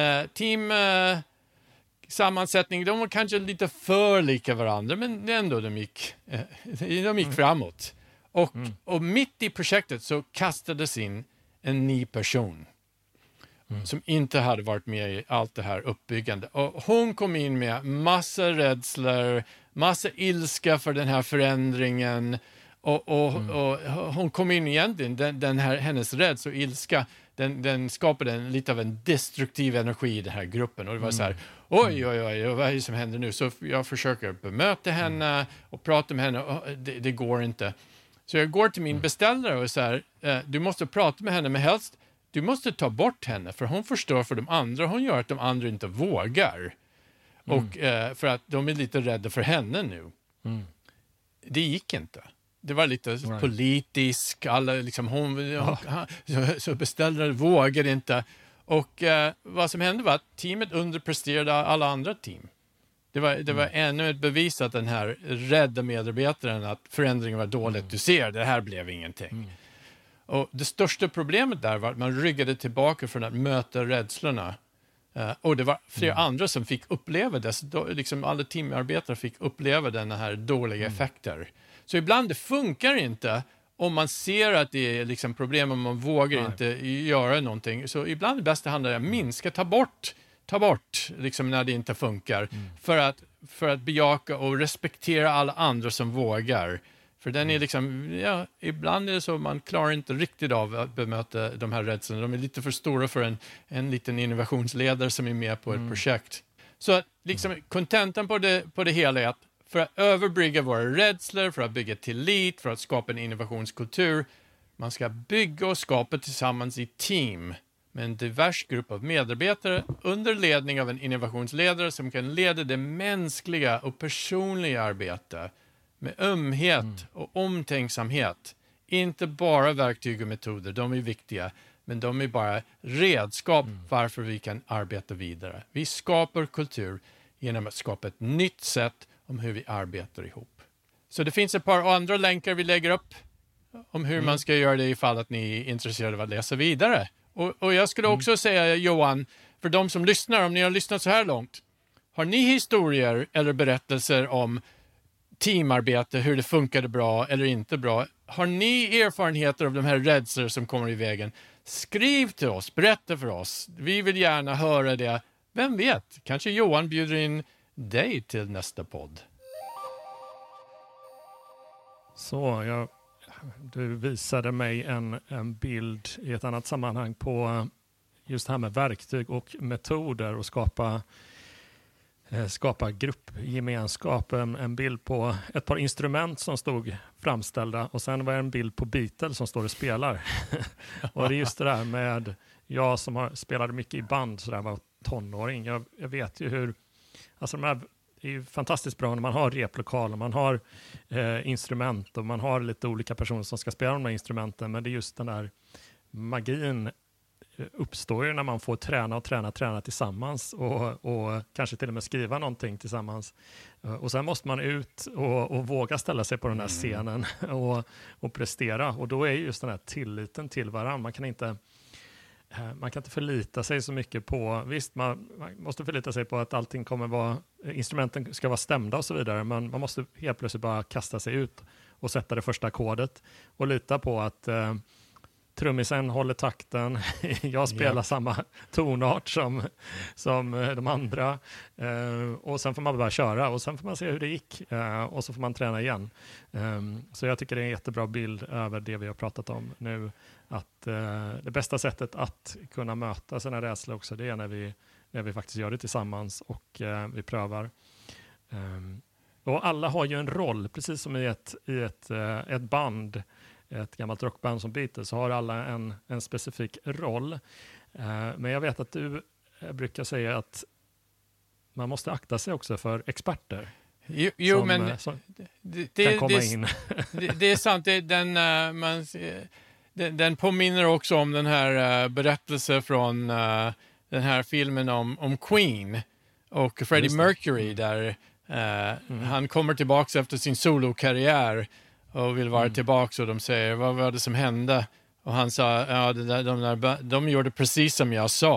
Sammansättning, de var kanske lite för lika varandra, men ändå de gick framåt. Och mitt i projektet så kastades in en ny person. som inte hade varit med i allt det här uppbyggande. Och hon kom in med massa rädslor, massa ilska för den här förändringen. Och hon kom in egentligen, hennes rädsla och ilska, den skapade lite av en destruktiv energi i den här gruppen. Och det var så här, oj, vad är det som händer nu? Så jag försöker bemöta henne och prata med henne, och det går inte. Så jag går till min beställare och säger, du måste prata med henne, men helst, du måste ta bort henne, för hon förstör för de andra. Hon gör att de andra inte vågar. Och för att de är lite rädda för henne nu. Det gick inte. Det var lite politisk, alla liksom, så beställare vågade inte. Och vad som hände var att teamet underpresterade alla andra team. Det var ännu ett bevis att den här rädda medarbetaren, att förändringen var dåligt. Du ser, det här blev ingenting. Och det största problemet där var att man ryggade tillbaka från att möta rädslorna. Och det var flera andra som fick uppleva det. Så liksom alla teamarbetare fick uppleva den här dåliga effekter. Så ibland det funkar inte om man ser att det är liksom problem och man vågar inte göra någonting. Så ibland det bästa handlar om att minska, ta bort liksom när det inte funkar. För att bejaka och respektera alla andra som vågar. För den är liksom, ibland är det så man klarar inte riktigt av att bemöta de här rädslorna. De är lite för stora för en liten innovationsledare som är med på ett projekt. Så liksom kontentan på det hela är att för att överbrygga våra rädslor, för att bygga tillit, för att skapa en innovationskultur, man ska bygga och skapa tillsammans i team med en divers grupp av medarbetare under ledning av en innovationsledare som kan leda det mänskliga och personliga arbetet med ömhet och omtänksamhet. Inte bara verktyg och metoder, de är viktiga, men de är bara redskap varför vi kan arbeta vidare. Vi skapar kultur genom att skapa ett nytt sätt om hur vi arbetar ihop. Så det finns ett par andra länkar vi lägger upp om hur man ska göra det ifall att ni är intresserade av att läsa vidare. Och jag skulle också säga, Johan, för de som lyssnar, om ni har lyssnat så här långt, har ni historier eller berättelser om teamarbete, hur det funkade bra eller inte bra? Har ni erfarenheter av de här rädslor som kommer i vägen? Skriv till oss, berätta för oss. Vi vill gärna höra det. Vem vet, kanske Johan bjuder in dig till nästa podd. Så, du visade mig en bild i ett annat sammanhang på just det här med verktyg och metoder och skapa gruppgemenskap. En bild på ett par instrument som stod framställda och sen var det en bild på Beatles som står och spelar. Och det är just det där med jag som spelade mycket i band så där var tonåring. Jag vet ju hur, alltså det är ju fantastiskt bra när man har replokal och man har instrument och man har lite olika personer som ska spela de här instrumenten, men det är just den där magin uppstår ju när man får träna tillsammans och kanske till och med skriva någonting tillsammans. Och sen måste man ut och våga ställa sig på den här scenen och prestera. Och då är just den här tilliten till varandra. Man kan inte förlita sig så mycket på, visst man måste förlita sig på att allting kommer vara, instrumenten ska vara stämda och så vidare, men man måste helt plötsligt bara kasta sig ut och sätta det första ackordet och lita på att trummisen håller takten, jag spelar samma tonart som de andra och sen får man bara köra och sen får man se hur det gick och så får man träna igen. Så jag tycker det är en jättebra bild över det vi har pratat om nu, att det bästa sättet att kunna möta sina rädslor också, det är när vi faktiskt gör det tillsammans och vi prövar. Och alla har ju en roll, precis som i ett band, ett gammalt rockband som Beatles, så har alla en specifik roll. Men jag vet att du brukar säga att man måste akta sig också för experter. Jo, men kan komma in. Det är sant. Den påminner också om den här berättelsen från den här filmen om Queen och Freddie Mercury där han kommer tillbaka efter sin solokarriär och vill vara tillbaka och de säger, vad var det som hände? Och han sa, de gjorde precis som jag sa.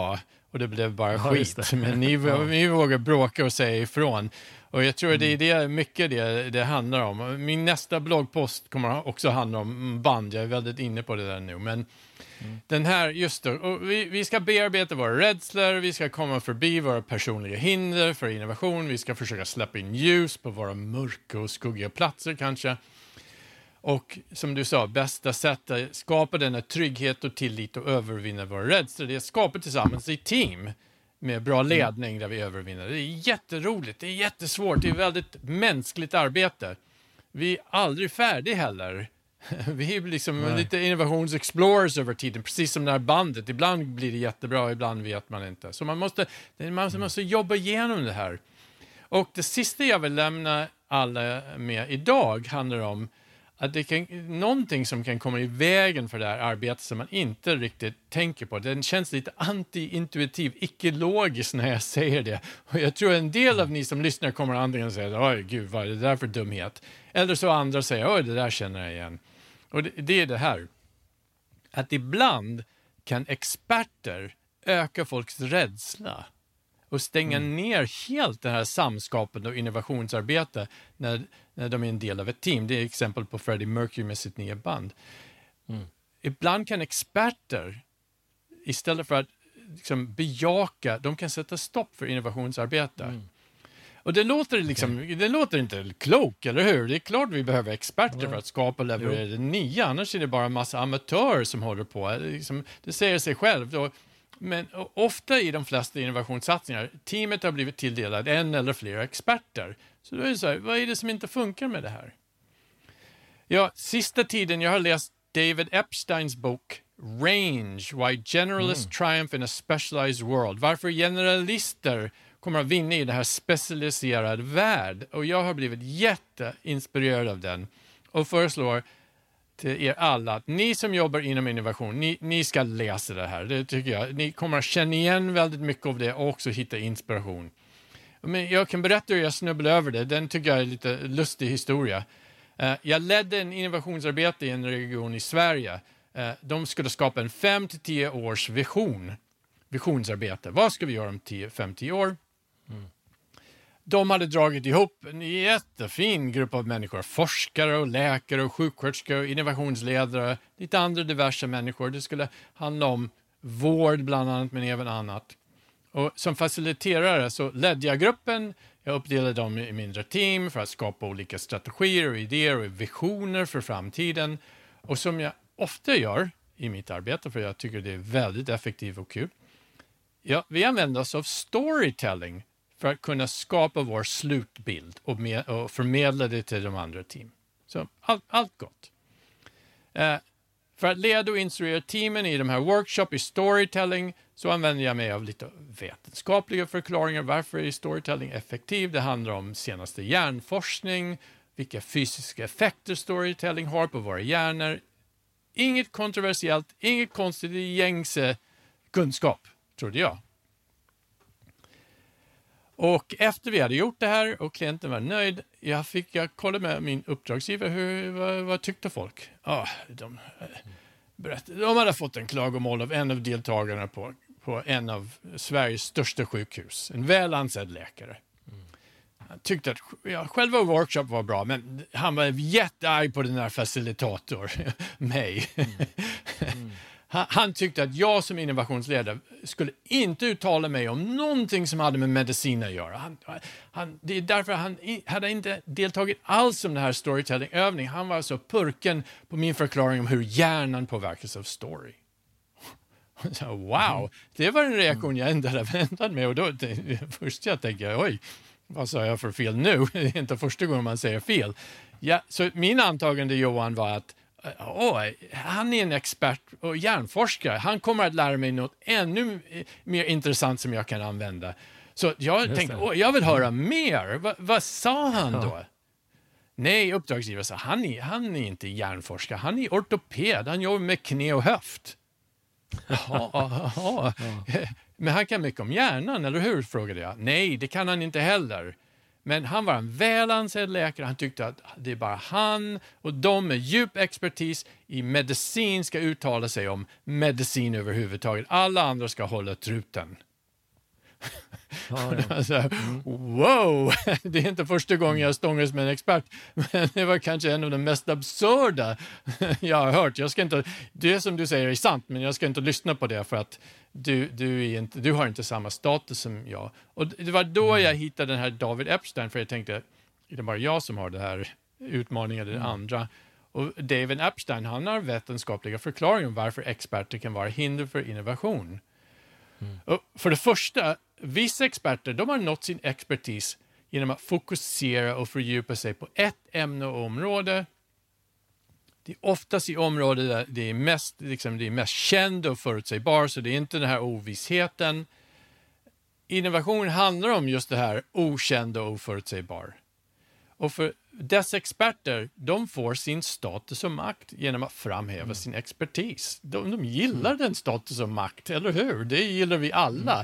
och det blev bara Ja, just skit. det. Men ni vågar bråka och säga ifrån. Och jag tror det är mycket det handlar om. Min nästa bloggpost kommer också handla om band. Jag är väldigt inne på det där nu. Men den här, just det, och vi ska bearbeta våra rädslor, vi ska komma förbi våra personliga hinder för innovation, vi ska försöka släppa in ljus på våra mörka och skuggiga platser kanske. Och som du sa, bästa sättet att skapa denna trygghet och tillit och övervinna våra rädslor, det är att skapa tillsammans i team med bra ledning där vi övervinner. Det är jätteroligt, det är jättesvårt, det är väldigt mänskligt arbete. Vi är aldrig färdiga heller. Vi är liksom lite innovationsexplorers över tiden, precis som det här bandet. Ibland blir det jättebra, ibland vet man inte. Så man måste jobba igenom det här. Och det sista jag vill lämna alla med idag handlar om att det kan någonting som kan komma i vägen för det här arbetet som man inte riktigt tänker på. Den känns lite anti-intuitiv, icke-logisk när jag säger det. Och jag tror en del av ni som lyssnar kommer antingen säga, oj gud, vad är det där för dumhet? Eller så andra säger, oj det där känner jag igen. Och det är det här, att ibland kan experter öka folks rädsla och stänga ner helt det här samskapande och innovationsarbete när de är en del av ett team. Det är exempel på Freddie Mercury med sitt nya band. Ibland kan experter, istället för att liksom bejaka, de kan sätta stopp för innovationsarbete. Och det låter inte klokt, eller hur? Det är klart vi behöver experter för att skapa och leverera det nya. Annars är det bara en massa amatörer som håller på. Det säger sig själv. Men ofta i de flesta innovationssatsningar, teamet har blivit tilldelad en eller flera experter. Så då är det så här, vad är det som inte funkar med det här? Ja, sista tiden jag har läst David Epsteins bok Range, Why Generalists Triumph in a Specialized World. Varför generalister kommer att vinna i den här specialiserade värld. Och jag har blivit jätteinspirerad av den. Och föreslår till er alla att ni som jobbar inom innovation, ni ska läsa det här. Det tycker jag. Ni kommer att känna igen väldigt mycket av det och också hitta inspiration. Men jag kan berätta hur jag snubblade över det. Den tycker jag är lite lustig historia. Jag ledde en innovationsarbete i en region i Sverige. De skulle skapa en 5-10 års visionsarbete. Vad ska vi göra om 5-10 år? De hade dragit ihop en jättefin grupp av människor. Forskare och läkare och sjuksköterskor och innovationsledare. Lite andra diverse människor. Det skulle handla om vård bland annat, men även annat. Och som faciliterare så ledde jag gruppen. Jag uppdelade dem i mindre team för att skapa olika strategier och idéer och visioner för framtiden. Och som jag ofta gör i mitt arbete, för jag tycker det är väldigt effektivt och kul. Ja, vi använder oss av storytelling för att kunna skapa vår slutbild och förmedla det till de andra team. Så allt gott. För att leda och instruera teamen i de här workshop i storytelling så använder jag mig av lite vetenskapliga förklaringar. Varför är storytelling effektiv? Det handlar om senaste hjärnforskning, vilka fysiska effekter storytelling har på våra hjärnor. Inget kontroversiellt, inget konstigt, gängse kunskap, trodde jag. Och efter vi hade gjort det här och klienten var nöjd, jag kollade med min uppdragsgivare, vad tyckte folk? De hade fått en klagomål av en av deltagarna på en av Sveriges största sjukhus, en väl ansedd läkare. Han tyckte att själva workshop var bra, men han var jättearg på den här facilitator, mig. Han tyckte att jag som innovationsledare skulle inte uttala mig om någonting som hade med medicin att göra. Det är därför han hade inte deltagit alls om den här storytelling-övningen. Han var så purken på min förklaring om hur hjärnan påverkas av story. Så, wow, det var en reaktion jag inte hade väntat mig. Och då först jag tänkte, oj, vad sa jag för fel nu? Det är inte första gången man säger fel. Ja, så min antagande, Johan, var att han är en expert och hjärnforskare. Han kommer att lära mig något ännu mer intressant som jag kan använda. Så jag tänkte, jag vill höra mer. Vad sa han då? Nej, uppdragsgivare sa, han är inte hjärnforskare. Han är ortoped. Han jobbar med knä och höft. Jaha. Men han kan mycket om hjärnan, eller hur? Frågade jag. Nej, det kan han inte heller. Men han var en välansedd läkare. Han tyckte att det är bara han och de med djup expertis i medicin ska uttala sig om medicin överhuvudtaget. Alla andra ska hålla truten. Wow, det är inte första gången jag stångas med en expert, men det var kanske en av de mest absurda jag har hört. Det som du säger är sant, men jag ska inte lyssna på det för att du har inte samma status som jag. Och det var då jag hittade den här David Epstein, för jag tänkte, det är bara jag som har det här utmaningen, den andra. Och David Epstein, han har vetenskapliga förklaringar om varför experter kan vara hinder för innovation. Och för det första, vissa experter, de har nått sin expertis genom att fokusera och fördjupa sig på ett ämne och område. Det är oftast i områden där det är mest känd och förutsägbar, så det är inte den här ovissheten. Innovation handlar om just det här okända och oförutsägbar. Och för dessa experter, de får sin status och makt genom att framhäva sin expertis. De gillar den status och makt, eller hur? Det gillar vi alla.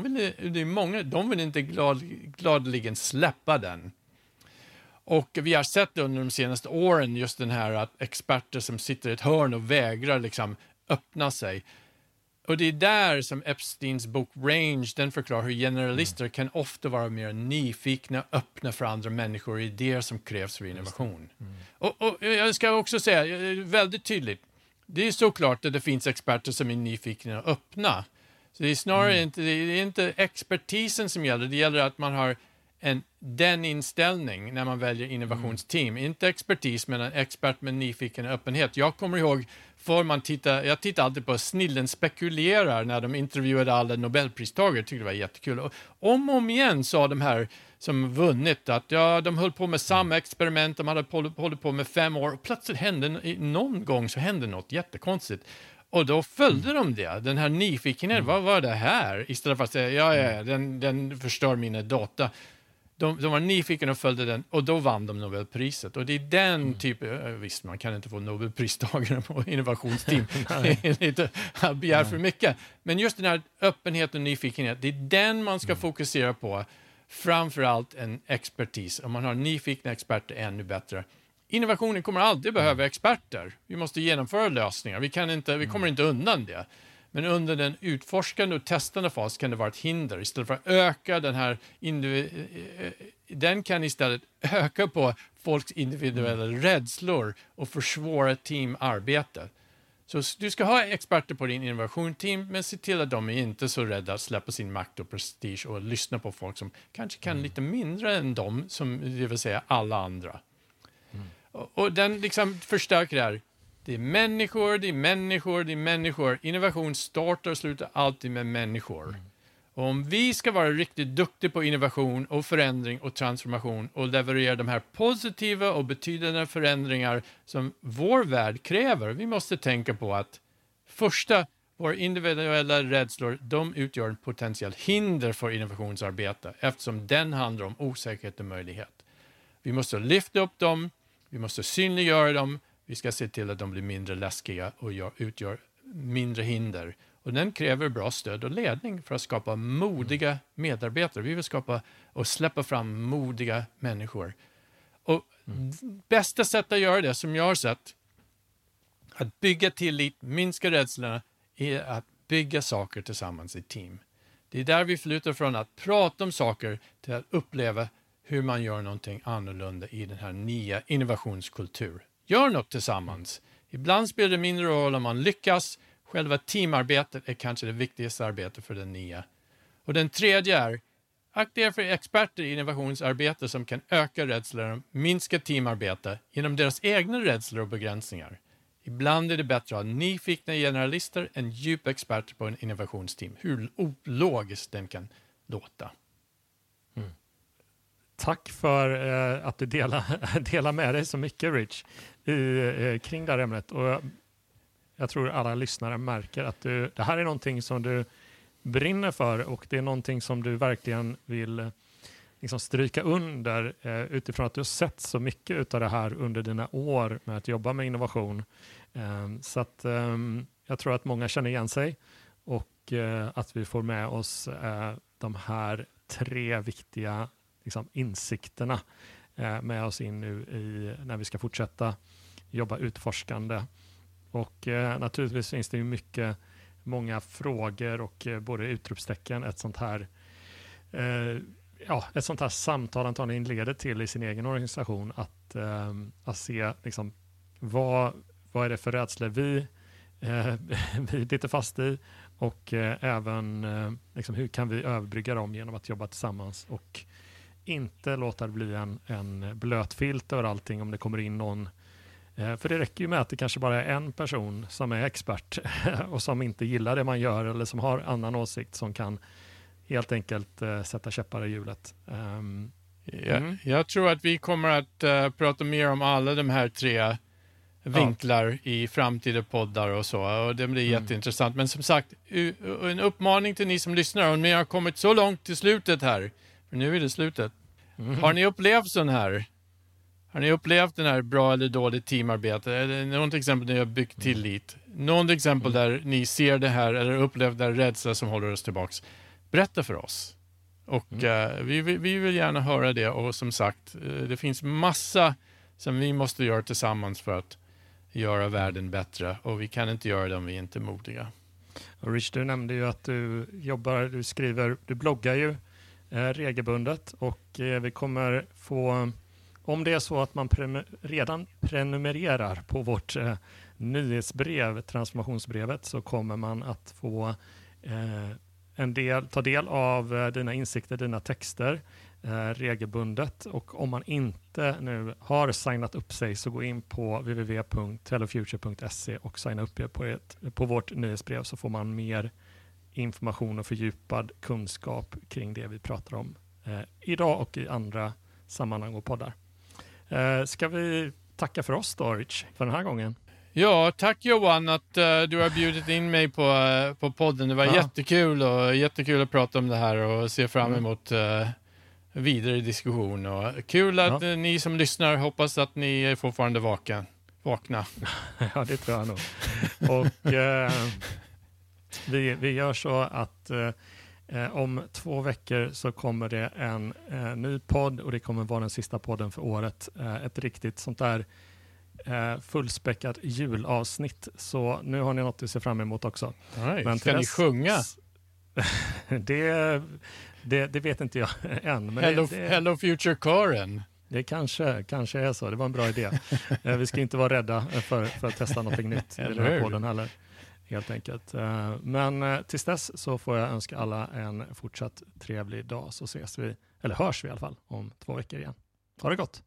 De vill inte gladeligen släppa den. Och vi har sett under de senaste åren just den här att experter som sitter i ett hörn och vägrar liksom öppna sig. Och det är där som Epsteins bok Range, den förklarar hur generalister kan ofta vara mer nyfikna, öppna för andra människor och idéer som krävs för innovation. Och jag ska också säga väldigt tydligt, det är såklart att det finns experter som är nyfikna och öppna. Så det är snarare inte expertisen som gäller, det gäller att man har den inställning när man väljer innovationsteam. Inte expertis, men en expert med nyfiken öppenhet. Jag kommer ihåg, jag tittar alltid på Snillen spekulerar när de intervjuade alla Nobelpristagare. Tyckte det var jättekul. Och om igen sa de här som vunnit att de höll på med samma experiment, de hade hållit på med 5 år och plötsligt någon gång så hände något jättekonstigt. Och då följde de det, den här nyfikenheten, vad var det här? Istället för att säga, den förstör mina data. De var nyfikna och följde den, och då vann de Nobelpriset. Och det är den typen, visst man kan inte få Nobelpristagare på innovationsteam, jag begär för mycket. Men just den här öppenheten och nyfikenhet, det är den man ska fokusera på, framförallt en expertis. Om man har nyfikna experter, ännu bättre. Innovationen kommer alltid behöva experter. Vi måste genomföra lösningar. Vi kommer inte undan det. Men under den utforskande och testande fas kan det vara ett hinder. Istället för att öka den här den kan istället öka på folks individuella rädslor och försvåra teamarbete. Så du ska ha experter på din innovationsteam, men se till att de är inte så rädda att släppa sin makt och prestige och lyssna på folk som kanske kan lite mindre än dem, som det vill säga alla andra. Och den liksom förstärker det här. Det är människor. Innovation startar och slutar alltid med människor. Och om vi ska vara riktigt duktiga på innovation och förändring och transformation och leverera de här positiva och betydande förändringar som vår värld kräver, vi måste tänka på att våra individuella rädslor, de utgör en potentiell hinder för innovationsarbete, eftersom den handlar om osäkerhet och möjlighet. Vi måste lyfta upp dem, vi måste synliggöra dem, vi ska se till att de blir mindre läskiga och utgör mindre hinder. Och den kräver bra stöd och ledning för att skapa modiga medarbetare. Vi vill skapa och släppa fram modiga människor. Och bästa sättet att göra det, som jag har sett, att bygga tillit, minska rädslorna, är att bygga saker tillsammans i team. Det är där vi flyttar från att prata om saker till att uppleva hur man gör någonting annorlunda i den här nya innovationskultur. Gör något tillsammans. Ibland spelar det mindre roll om man lyckas. Själva teamarbetet är kanske det viktigaste arbetet för den nya. Och den tredje är, akta er för experter i innovationsarbete som kan öka rädslor och minska teamarbete genom deras egna rädslor och begränsningar. Ibland är det bättre att ha nyfikna generalister än djupa experter på en innovationsteam. Hur ologiskt den kan låta. Tack för att du delar med dig så mycket, Rich, kring det här ämnet. Och jag tror alla lyssnare märker att det här är någonting som du brinner för, och det är någonting som du verkligen vill liksom stryka under utifrån att du har sett så mycket av det här under dina år med att jobba med innovation. Så att jag tror att många känner igen sig, och att vi får med oss de här 3 viktiga insikterna med oss in nu när vi ska fortsätta jobba utforskande. Och naturligtvis finns det ju många frågor och både utropstecken, ett sånt här ett sånt här samtal antagligen leder till i sin egen organisation att se liksom, vad är det för rädslor vi biter fast i och även liksom, hur kan vi överbrygga dem genom att jobba tillsammans och inte låta det bli en blöt filt över allting om det kommer in någon. För det räcker ju med att det kanske bara är en person som är expert och som inte gillar det man gör eller som har annan åsikt som kan helt enkelt sätta käppar i hjulet. Jag tror att vi kommer att prata mer om alla de här 3 vinklar i framtida poddar och så. Och det blir jätteintressant. Men som sagt, en uppmaning till ni som lyssnar. Om ni har kommit så långt till slutet här, för nu är det slutet. Har ni upplevt sån här? Har ni upplevt den här bra eller dåligt teamarbete? Är det något exempel där ni har byggt tillit? Något exempel där ni ser det här eller upplevt den rädsla som håller oss tillbaks? Berätta för oss. Och vi vill gärna höra det. Och som sagt, det finns massa som vi måste göra tillsammans för att göra världen bättre. Och vi kan inte göra det om vi inte är modiga. Och Rich, du nämnde ju att du bloggar ju regelbundet. Och vi kommer få, om det är så att man redan prenumererar på vårt nyhetsbrev, transformationsbrevet, så kommer man att få ta del av dina insikter, dina texter regelbundet. Och om man inte nu har signat upp sig så gå in på www.hellofuture.se och signa upp er på vårt nyhetsbrev så får man mer information och fördjupad kunskap kring det vi pratar om idag och i andra sammanhang och poddar. Ska vi tacka för oss då, Rich, för den här gången? Ja, tack Johan att du har bjudit in mig på podden. Det var jättekul att prata om det här och se fram emot vidare diskussion. Och kul att ni som lyssnar, hoppas att ni är fortfarande vakna. Ja, det tror jag nog. Och vi gör så att om 2 veckor så kommer det en ny podd och det kommer vara den sista podden för året. Ett riktigt sånt där fullspäckat julavsnitt. Så nu har ni något att se fram emot också. Men ska ni sjunga? Det vet inte jag än. Men Hello Future Karen. Det kanske är så. Det var en bra idé. Vi ska inte vara rädda för att testa något nytt i den här podden heller. Helt enkelt. Men tills dess så får jag önska alla en fortsatt trevlig dag, så hörs vi i alla fall om 2 veckor igen. Ha det gott!